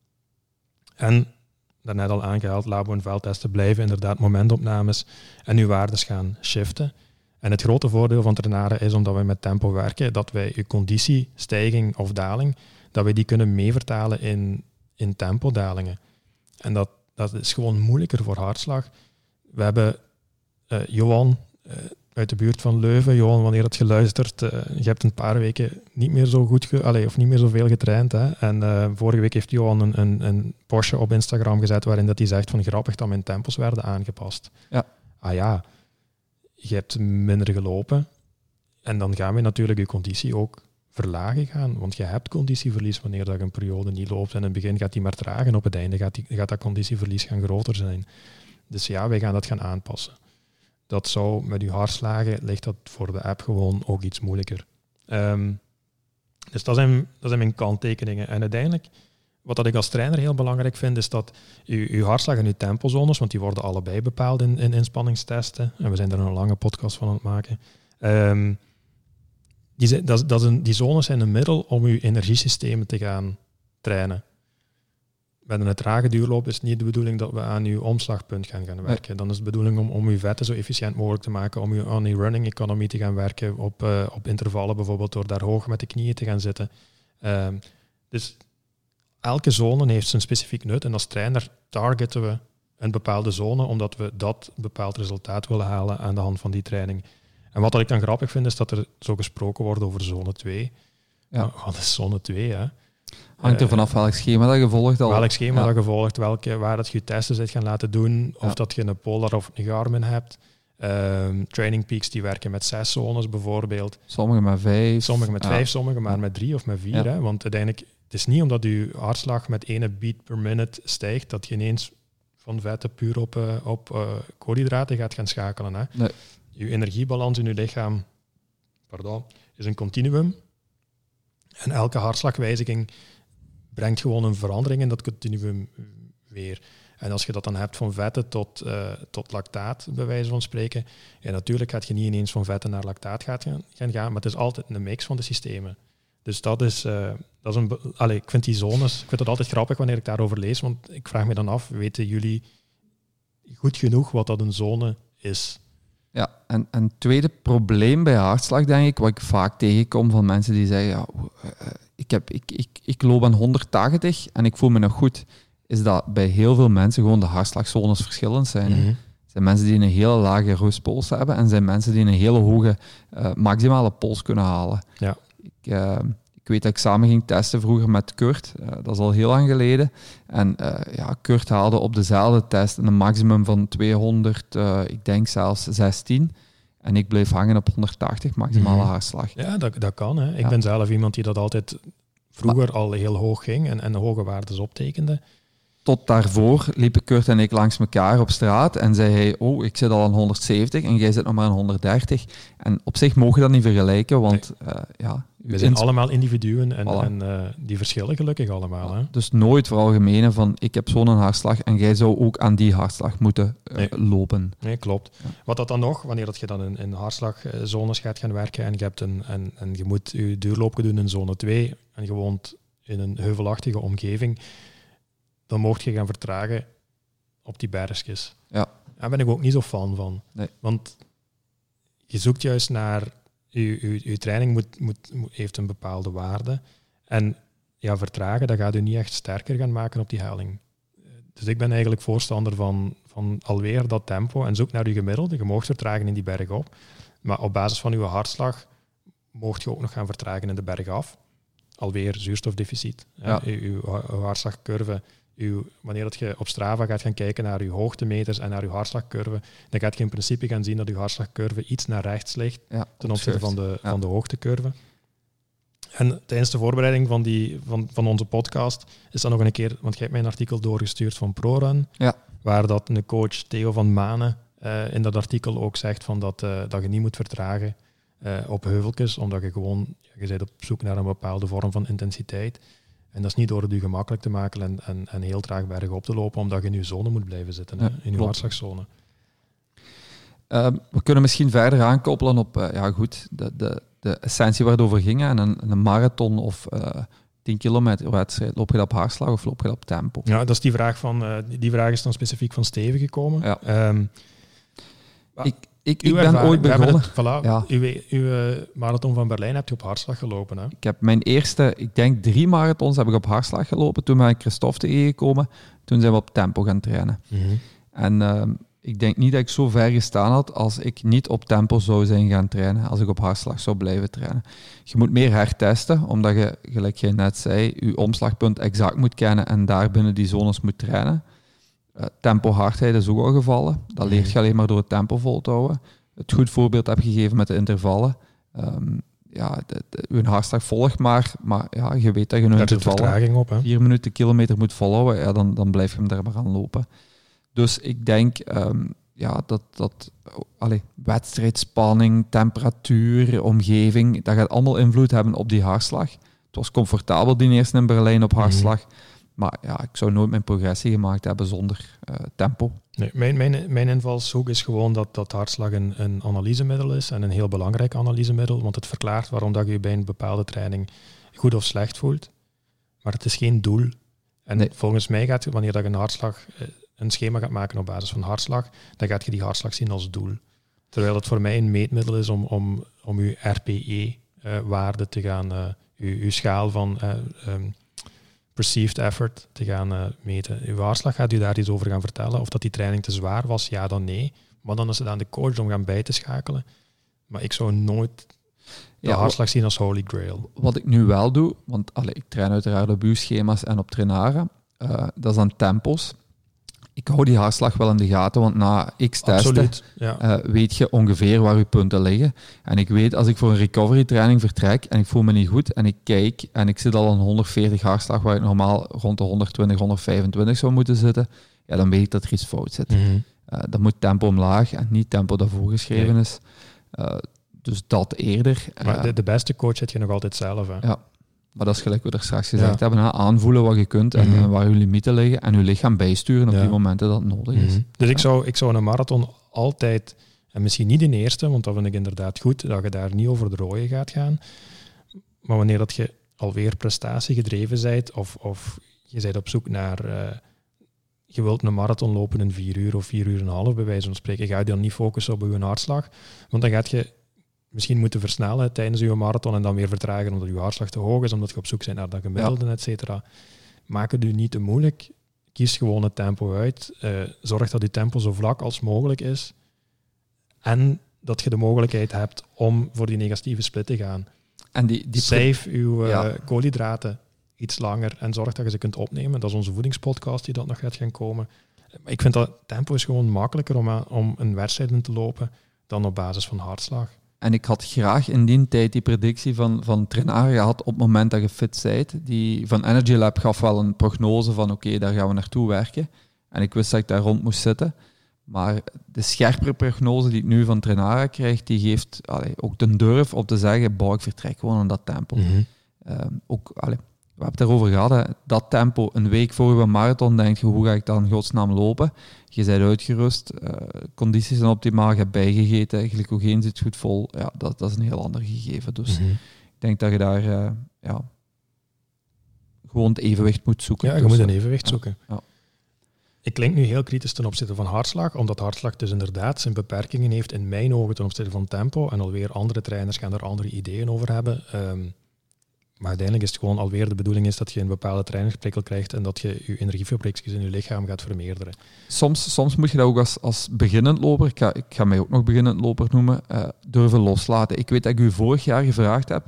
En, daarnet al aangehaald, labo- en veldtesten blijven inderdaad momentopnames en uw waardes gaan shiften. En het grote voordeel van trainaren is, omdat we met tempo werken, dat wij je conditie, stijging of daling, dat wij die kunnen meevertalen in, in tempodalingen. En dat, dat is gewoon moeilijker voor hartslag. We hebben uh, Johan uh, uit de buurt van Leuven. Johan, wanneer het geluisterd, uh, je hebt een paar weken niet meer zo goed, ge- allez, of niet meer zoveel getraind. Hè? En uh, vorige week heeft Johan een, een, een postje op Instagram gezet waarin dat hij zegt van grappig dat mijn tempos werden aangepast. Ja. Ah ja, je hebt minder gelopen en dan gaan we natuurlijk je conditie ook verlagen gaan, want je hebt conditieverlies wanneer dat je een periode niet loopt. En in het begin gaat die maar traag en op het einde gaat, die, gaat dat conditieverlies gaan groter zijn. Dus ja, wij gaan dat gaan aanpassen. Dat zou met uw hartslagen, ligt dat voor de app gewoon ook iets moeilijker. Um, dus dat zijn, dat zijn mijn kanttekeningen. En uiteindelijk, wat dat ik als trainer heel belangrijk vind, is dat uw, uw hartslag en uw tempozones, want die worden allebei bepaald in, in inspanningstesten, en we zijn er een lange podcast van aan het maken, um, die, dat, dat is een, die zones zijn een middel om uw energiesystemen te gaan trainen. Met een trage duurloop is het niet de bedoeling dat we aan uw omslagpunt gaan, gaan werken. Nee. Dan is de bedoeling om, om uw vetten zo efficiënt mogelijk te maken, om uw, aan uw running economy te gaan werken, op, uh, op intervallen bijvoorbeeld, door daar hoog met de knieën te gaan zitten. Uh, dus elke zone heeft zijn specifiek nut en als trainer targeten we een bepaalde zone, omdat we dat bepaald resultaat willen halen aan de hand van die training. En wat ik dan grappig vind, is dat er zo gesproken wordt over zone twee. Ja. Nou, wat is zone twee, hè? Hangt er vanaf welk schema dat je volgt al. Welk schema ja. dat je volgt, welke, waar dat je je testen zit gaan laten doen, of ja. dat je een Polar of een Garmin hebt. Um, Training Peaks die werken met zes zones bijvoorbeeld. Sommige met vijf. Sommige met ja. vijf, sommige maar ja. met drie of met vier. Ja. Hè? Want uiteindelijk, het is niet omdat je hartslag met één beat per minute stijgt, dat je ineens van vetten puur op, uh, op uh, koolhydraten gaat gaan schakelen. Hè? Nee. Je energiebalans in je lichaam pardon, is een continuum. En elke hartslagwijziging brengt gewoon een verandering in dat continuum weer. En als je dat dan hebt van vetten tot, uh, tot lactaat, bij wijze van spreken, ja, natuurlijk gaat je niet ineens van vetten naar lactaat gaan, gaan, gaan, maar het is altijd een mix van de systemen. Dus dat is, uh, dat is een... Be- Allee, ik vind die zones, ik vind het altijd grappig wanneer ik daarover lees, want ik vraag me dan af, weten jullie goed genoeg wat dat een zone is? Ja, en een tweede probleem bij hartslag, denk ik, wat ik vaak tegenkom van mensen die zeggen, ja, ik, heb, ik, ik, ik loop aan honderdtachtig en ik voel me nog goed, is dat bij heel veel mensen gewoon de hartslagzones verschillend zijn. Mm-hmm. Er zijn mensen die een hele lage rustpols hebben en zijn mensen die een hele hoge uh, maximale pols kunnen halen. Ja. Ik, uh, ik weet dat ik samen ging testen vroeger met Kurt, uh, dat is al heel lang geleden. En uh, ja, Kurt haalde op dezelfde test een maximum van tweehonderd, uh, ik denk zelfs zestien. En ik bleef hangen op honderdtachtig, maximale mm-hmm. hartslag. Ja, dat, dat kan. Hè. Ik ja. ben zelf iemand die dat altijd vroeger maar, al heel hoog ging en, en hoge waardes optekende. Tot daarvoor liepen Kurt en ik langs elkaar op straat en zei hij, oh, ik zit al aan honderdzeventig en jij zit nog maar aan honderddertig. En op zich mogen we dat niet vergelijken, want nee. uh, ja... We zijn ins- allemaal individuen en, voilà. en uh, die verschillen gelukkig allemaal. Hè? Dus nooit veralgemenen van, ik heb zo'n hartslag en jij zou ook aan die hartslag moeten uh, nee. lopen. Nee, klopt. Ja. Wat dat dan nog, wanneer dat je dan in, in hartslagzones gaat gaan werken en je, hebt een, en, en je moet je duurloopje doen in zone twee en je woont in een heuvelachtige omgeving, dan mocht je gaan vertragen op die bergjes. Ja. Daar ben ik ook niet zo fan van. Nee. Want je zoekt juist naar... Je, je, je training moet, moet, heeft een bepaalde waarde. En ja, vertragen, dat gaat u niet echt sterker gaan maken op die helling. Dus ik ben eigenlijk voorstander van, van alweer dat tempo en zoek naar je gemiddelde. Je mag vertragen in die berg op. Maar op basis van uw hartslag mocht je ook nog gaan vertragen in de berg af. Alweer zuurstofdeficit. Ja. Uw, uw, uw hartslagcurve. Uw, wanneer dat je op Strava gaat gaan kijken naar uw hoogtemeters en naar uw hartslagcurve, dan gaat je in principe gaan zien dat uw hartslagcurve iets naar rechts ligt Ja, ten opzichte van de, ja. van de hoogtecurve. En tijdens de voorbereiding van, die, van, van onze podcast is dan nog een keer, want jij hebt mij een artikel doorgestuurd van ProRun, Ja. waar dat een coach Theo van Manen uh, in dat artikel ook zegt van dat, uh, dat je niet moet vertragen uh, op heuveltjes, omdat je gewoon, je bent op zoek naar een bepaalde vorm van intensiteit. En dat is niet door het je gemakkelijk te maken en, en, en heel traag bergen op te lopen, omdat je in je zone moet blijven zitten, Ja, hè, in je klopt. hartslagzone. Uh, we kunnen misschien verder aankoppelen op uh, ja, goed, de, de, de essentie waar het over ging. En een, een marathon of uh, tien kilometer wedstrijd, loop je dat op hartslag of loop je dat op tempo? Ja, dat is die vraag van, uh, die vraag is dan specifiek van Steven gekomen. Ja. Um, ik ik, uw ik ben ervaring, ooit we hebben begonnen. Het, voilà, Ja. uw, uw uh, marathon van Berlijn heb je op hartslag gelopen, hè? Ik heb mijn eerste, ik denk drie marathons heb ik op hartslag gelopen. Toen ben ik Christophe tegengekomen. Toen zijn we op tempo gaan trainen. Mm-hmm. En uh, ik denk niet dat ik zo ver gestaan had als ik niet op tempo zou zijn gaan trainen, als ik op hartslag zou blijven trainen. Je moet meer hertesten, omdat je, gelijk jij net zei, je omslagpunt exact moet kennen en daar binnen die zones moet trainen. Uh, tempo hardheid is ook al gevallen. Dat leert je alleen maar door het tempo vol te houden. Het goed voorbeeld heb je gegeven met de intervallen. Um, ja, de, de, je hartslag volgt maar, maar ja, je weet dat je een intervallen vertraging op, hè? vier minuten kilometer moet volhouden, ja, dan, dan blijf je hem daar maar aan lopen. Dus ik denk um, ja, dat, dat allez, wedstrijdspanning, temperatuur, omgeving, dat gaat allemaal invloed hebben op die hartslag. Het was comfortabel die eerste in Berlijn op hartslag. Mm-hmm. Maar ja, ik zou nooit mijn progressie gemaakt hebben zonder uh, tempo. Nee, mijn, mijn, mijn invalshoek is gewoon dat, dat hartslag een, een analysemiddel is en een heel belangrijk analysemiddel, want het verklaart waarom dat je je bij een bepaalde training goed of slecht voelt. Maar het is geen doel. En nee. volgens mij gaat je, wanneer dat je een hartslag, een schema gaat maken op basis van hartslag, dan gaat je die hartslag zien als doel. Terwijl het voor mij een meetmiddel is om, om, om je R P E-waarde uh, te gaan, uh, je, je schaal van... Uh, um, perceived effort te gaan uh, meten. Uw hartslag gaat u daar iets over gaan vertellen. Of dat die training te zwaar was, ja dan nee. Maar dan is het aan de coach om gaan bij te schakelen. Maar ik zou nooit de ja, hartslag zien als holy grail. Wat ik nu wel doe, want allee, ik train uiteraard op buurschema's en op Trainara, uh, dat is aan tempos. Ik hou die hartslag wel in de gaten, want na x testen ja. uh, weet je ongeveer waar je punten liggen. En ik weet, als ik voor een recovery training vertrek en ik voel me niet goed en ik kijk en ik zit al aan honderdveertig hartslag waar ik normaal rond de honderdtwintig, honderdvijfentwintig zou moeten zitten, ja, dan weet ik dat er iets fout zit. Mm-hmm. Uh, dan moet tempo omlaag en niet tempo dat voorgeschreven nee. is. Uh, dus dat eerder. Maar de, de beste coach zit je nog altijd zelf. Hè? Ja. Maar dat is gelijk wat we er straks gezegd ja. hebben. Hè? Aanvoelen wat je kunt en, mm-hmm. en waar je limieten liggen. En je lichaam bijsturen op ja. die momenten dat het nodig is. Mm-hmm. Dus ja. ik, zou, ik zou een marathon altijd, en misschien niet de eerste, want dat vind ik inderdaad goed, dat je daar niet over de rode gaat gaan. Maar wanneer dat je alweer prestatiegedreven bent, of, of je bent op zoek naar... Uh, je wilt een marathon lopen in vier uur of vier uur en een half, bij wijze van spreken, ga je dan niet focussen op je hartslag. Want dan gaat je... misschien moeten versnellen tijdens je marathon en dan weer vertragen omdat je hartslag te hoog is, omdat je op zoek bent naar dat gemiddelde, ja. et cetera. Maak het u niet te moeilijk. Kies gewoon het tempo uit. Uh, zorg dat je tempo zo vlak als mogelijk is. En dat je de mogelijkheid hebt om voor die negatieve split te gaan. En die, die Save uw uh, ja. koolhydraten iets langer en zorg dat je ze kunt opnemen. Dat is onze voedingspodcast die dat nog gaat gaan komen. Maar ik vind dat tempo is gewoon makkelijker om, om een wedstrijd in te lopen dan op basis van hartslag. En ik had graag in die tijd die predictie van, van Trainara gehad op het moment dat je fit bent. Die van Energy Lab gaf wel een prognose van oké, okay, daar gaan we naartoe werken. En ik wist dat ik daar rond moest zitten. Maar de scherpere prognose die ik nu van Trainara krijg, die geeft allee, ook de durf om te zeggen, boh, ik vertrek gewoon in dat tempo. Mm-hmm. Um, ook, allee, we hebben het erover gehad, hè. Dat tempo, een week voor je marathon, denk je, hoe ga ik dan in godsnaam lopen? Je bent uitgerust, uh, condities zijn optimaal, je hebt bijgegeten, glycogeen zit goed vol. Ja, dat, dat is een heel ander gegeven. Dus mm-hmm. ik denk dat je daar uh, ja, gewoon het evenwicht moet zoeken. Ja, je dus, moet een evenwicht ja, zoeken. Ja. ik klink nu heel kritisch ten opzichte van hartslag, omdat hartslag dus inderdaad zijn beperkingen heeft in mijn ogen ten opzichte van tempo. En alweer andere trainers gaan er andere ideeën over hebben. Um, maar uiteindelijk is het gewoon alweer de bedoeling is dat je een bepaalde trainingsprikkel krijgt en dat je je energiefabriekjes in je lichaam gaat vermeerderen. Soms, soms moet je dat ook als, als beginnend loper, ik ga, ik ga mij ook nog beginnend loper noemen, uh, durven loslaten. Ik weet dat ik u vorig jaar gevraagd heb.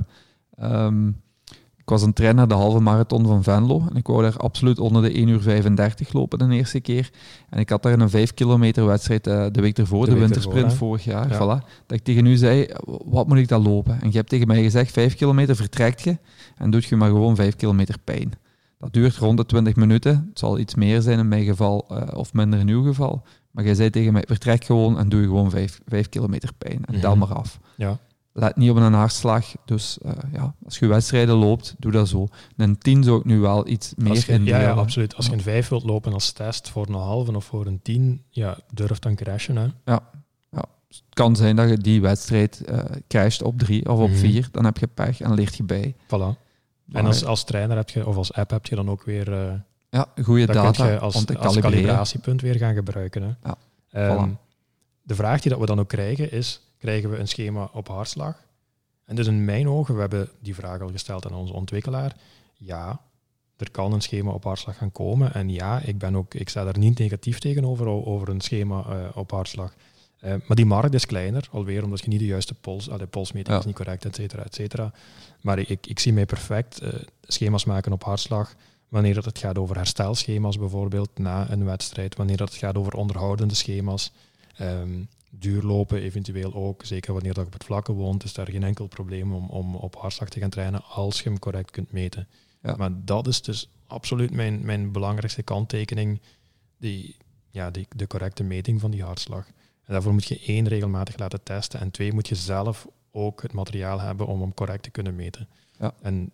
Um, ik was een trainer de halve marathon van Venlo en ik wou daar absoluut onder de één uur vijfendertig lopen de eerste keer. En ik had daar een vijf kilometer wedstrijd uh, de week ervoor, de, de wintersprint ervoor, vorig jaar. Ja. Voilà, dat ik tegen u zei, wat moet ik dan lopen? En je hebt tegen mij gezegd, vijf kilometer vertrekt je en doet je maar gewoon vijf kilometer pijn. Dat duurt rond de twintig minuten. Het zal iets meer zijn in mijn geval uh, of minder in uw geval. Maar jij zei tegen mij, vertrek gewoon en doe je gewoon vijf, vijf kilometer pijn. En tel maar af. Ja. Let niet op een hartslag. Dus uh, ja, als je wedstrijden loopt, doe dat zo. Een tien zou ik nu wel iets meer je, in Ja, ja, uh, absoluut. Als je een vijf wilt lopen als test voor een halve of voor een tien, ja, durf dan crashen. Hè? Ja. ja. Het kan zijn dat je die wedstrijd uh, crasht op drie of op mm-hmm. vier. Dan heb je pech en leert je bij. Voilà. En als, als trainer heb je, of als app heb je dan ook weer... Uh, ja, goede data kun je als, om te als calibratiepunt weer gaan gebruiken. Hè. Ja, um, voilà. De vraag die dat we dan ook krijgen is, krijgen we een schema op hartslag? En dus in mijn ogen, we hebben die vraag al gesteld aan onze ontwikkelaar. Ja, er kan een schema op hartslag gaan komen. En ja, ik, ben ook, ik sta daar niet negatief tegenover over een schema uh, op hartslag. Uh, maar die markt is kleiner, alweer omdat je niet de juiste pols, uh, de polsmeting ja. is niet correct, et cetera, et cetera. Maar ik, ik zie mij perfect uh, schema's maken op hartslag, wanneer dat het gaat over herstelschema's bijvoorbeeld na een wedstrijd, wanneer dat het gaat over onderhoudende schema's, um, duurlopen eventueel ook, zeker wanneer dat op het vlakke woont, is daar geen enkel probleem om, om op hartslag te gaan trainen als je hem correct kunt meten. Ja. Maar dat is dus absoluut mijn, mijn belangrijkste kanttekening, die, ja, die, de correcte meting van die hartslag. En daarvoor moet je één, regelmatig laten testen en twee, moet je zelf ook het materiaal hebben om hem correct te kunnen meten. Ja. En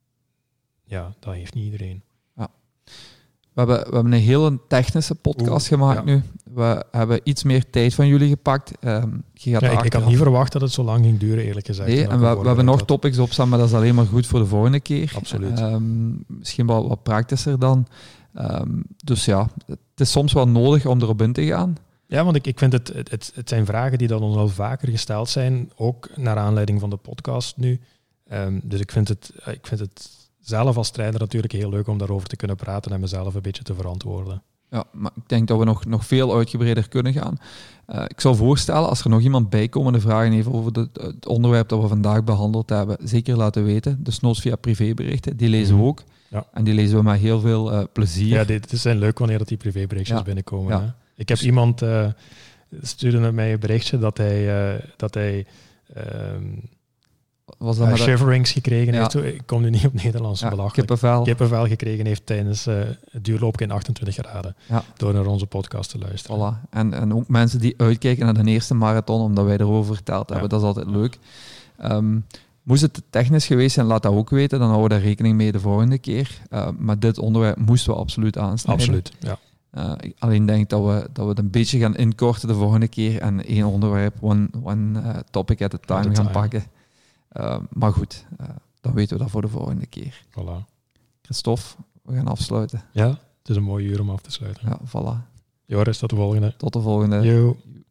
ja, dat heeft niet iedereen. Ja. We hebben, we hebben een hele technische podcast Oeh, gemaakt ja. nu. We hebben iets meer tijd van jullie gepakt. Um, je gaat ja, ik, ik had niet verwacht dat het zo lang ging duren, eerlijk gezegd. Nee, en we, we hebben nog had. topics opstaan, maar dat is alleen maar goed voor de volgende keer. Absoluut. Um, misschien wel wat praktischer dan. Um, dus ja, het is soms wel nodig om erop in te gaan. Ja, want ik, ik vind het, het, het zijn vragen die dan ons al vaker gesteld zijn, ook naar aanleiding van de podcast nu. Um, dus ik vind, het, ik vind het zelf als trainer natuurlijk heel leuk om daarover te kunnen praten en mezelf een beetje te verantwoorden. Ja, maar ik denk dat we nog, nog veel uitgebreider kunnen gaan. Uh, ik zou voorstellen, als er nog iemand bijkomende vragen heeft over de, het onderwerp dat we vandaag behandeld hebben, zeker laten weten. Dus noods via privéberichten, die lezen we ook. Ja. En die lezen we met heel veel uh, plezier. Ja, dit zijn leuk wanneer dat die privéberichtjes ja. binnenkomen. Ja. Hè? Ik heb dus iemand uh, stuurde naar mij een berichtje dat hij... Uh, dat hij um, Was dat uh, shiverings gekregen ja. heeft. Ik kom nu niet op Nederlands, ja, belachelijk. Kippenvel. Kippenvel gekregen heeft tijdens uh, het duurloopje in achtentwintig graden. Ja. Door naar onze podcast te luisteren. Voilà. En, en ook mensen die uitkijken naar de eerste marathon, omdat wij erover verteld hebben. Ja. Dat is altijd leuk. Um, moest het technisch geweest zijn, laat dat ook weten. Dan houden we daar rekening mee de volgende keer. Uh, maar dit onderwerp moesten we absoluut aansnijden. Absoluut, ja. Uh, ik alleen denk dat we, dat we het een beetje gaan inkorten de volgende keer en één onderwerp, one, one uh, topic at a time, at gaan time. pakken. Uh, maar goed, uh, dan weten we dat voor de volgende keer. Voilà. Christophe, we gaan afsluiten. Ja, het is een mooi uur om af te sluiten. Ja, voilà. Joris, tot de volgende. Tot de volgende. Yo.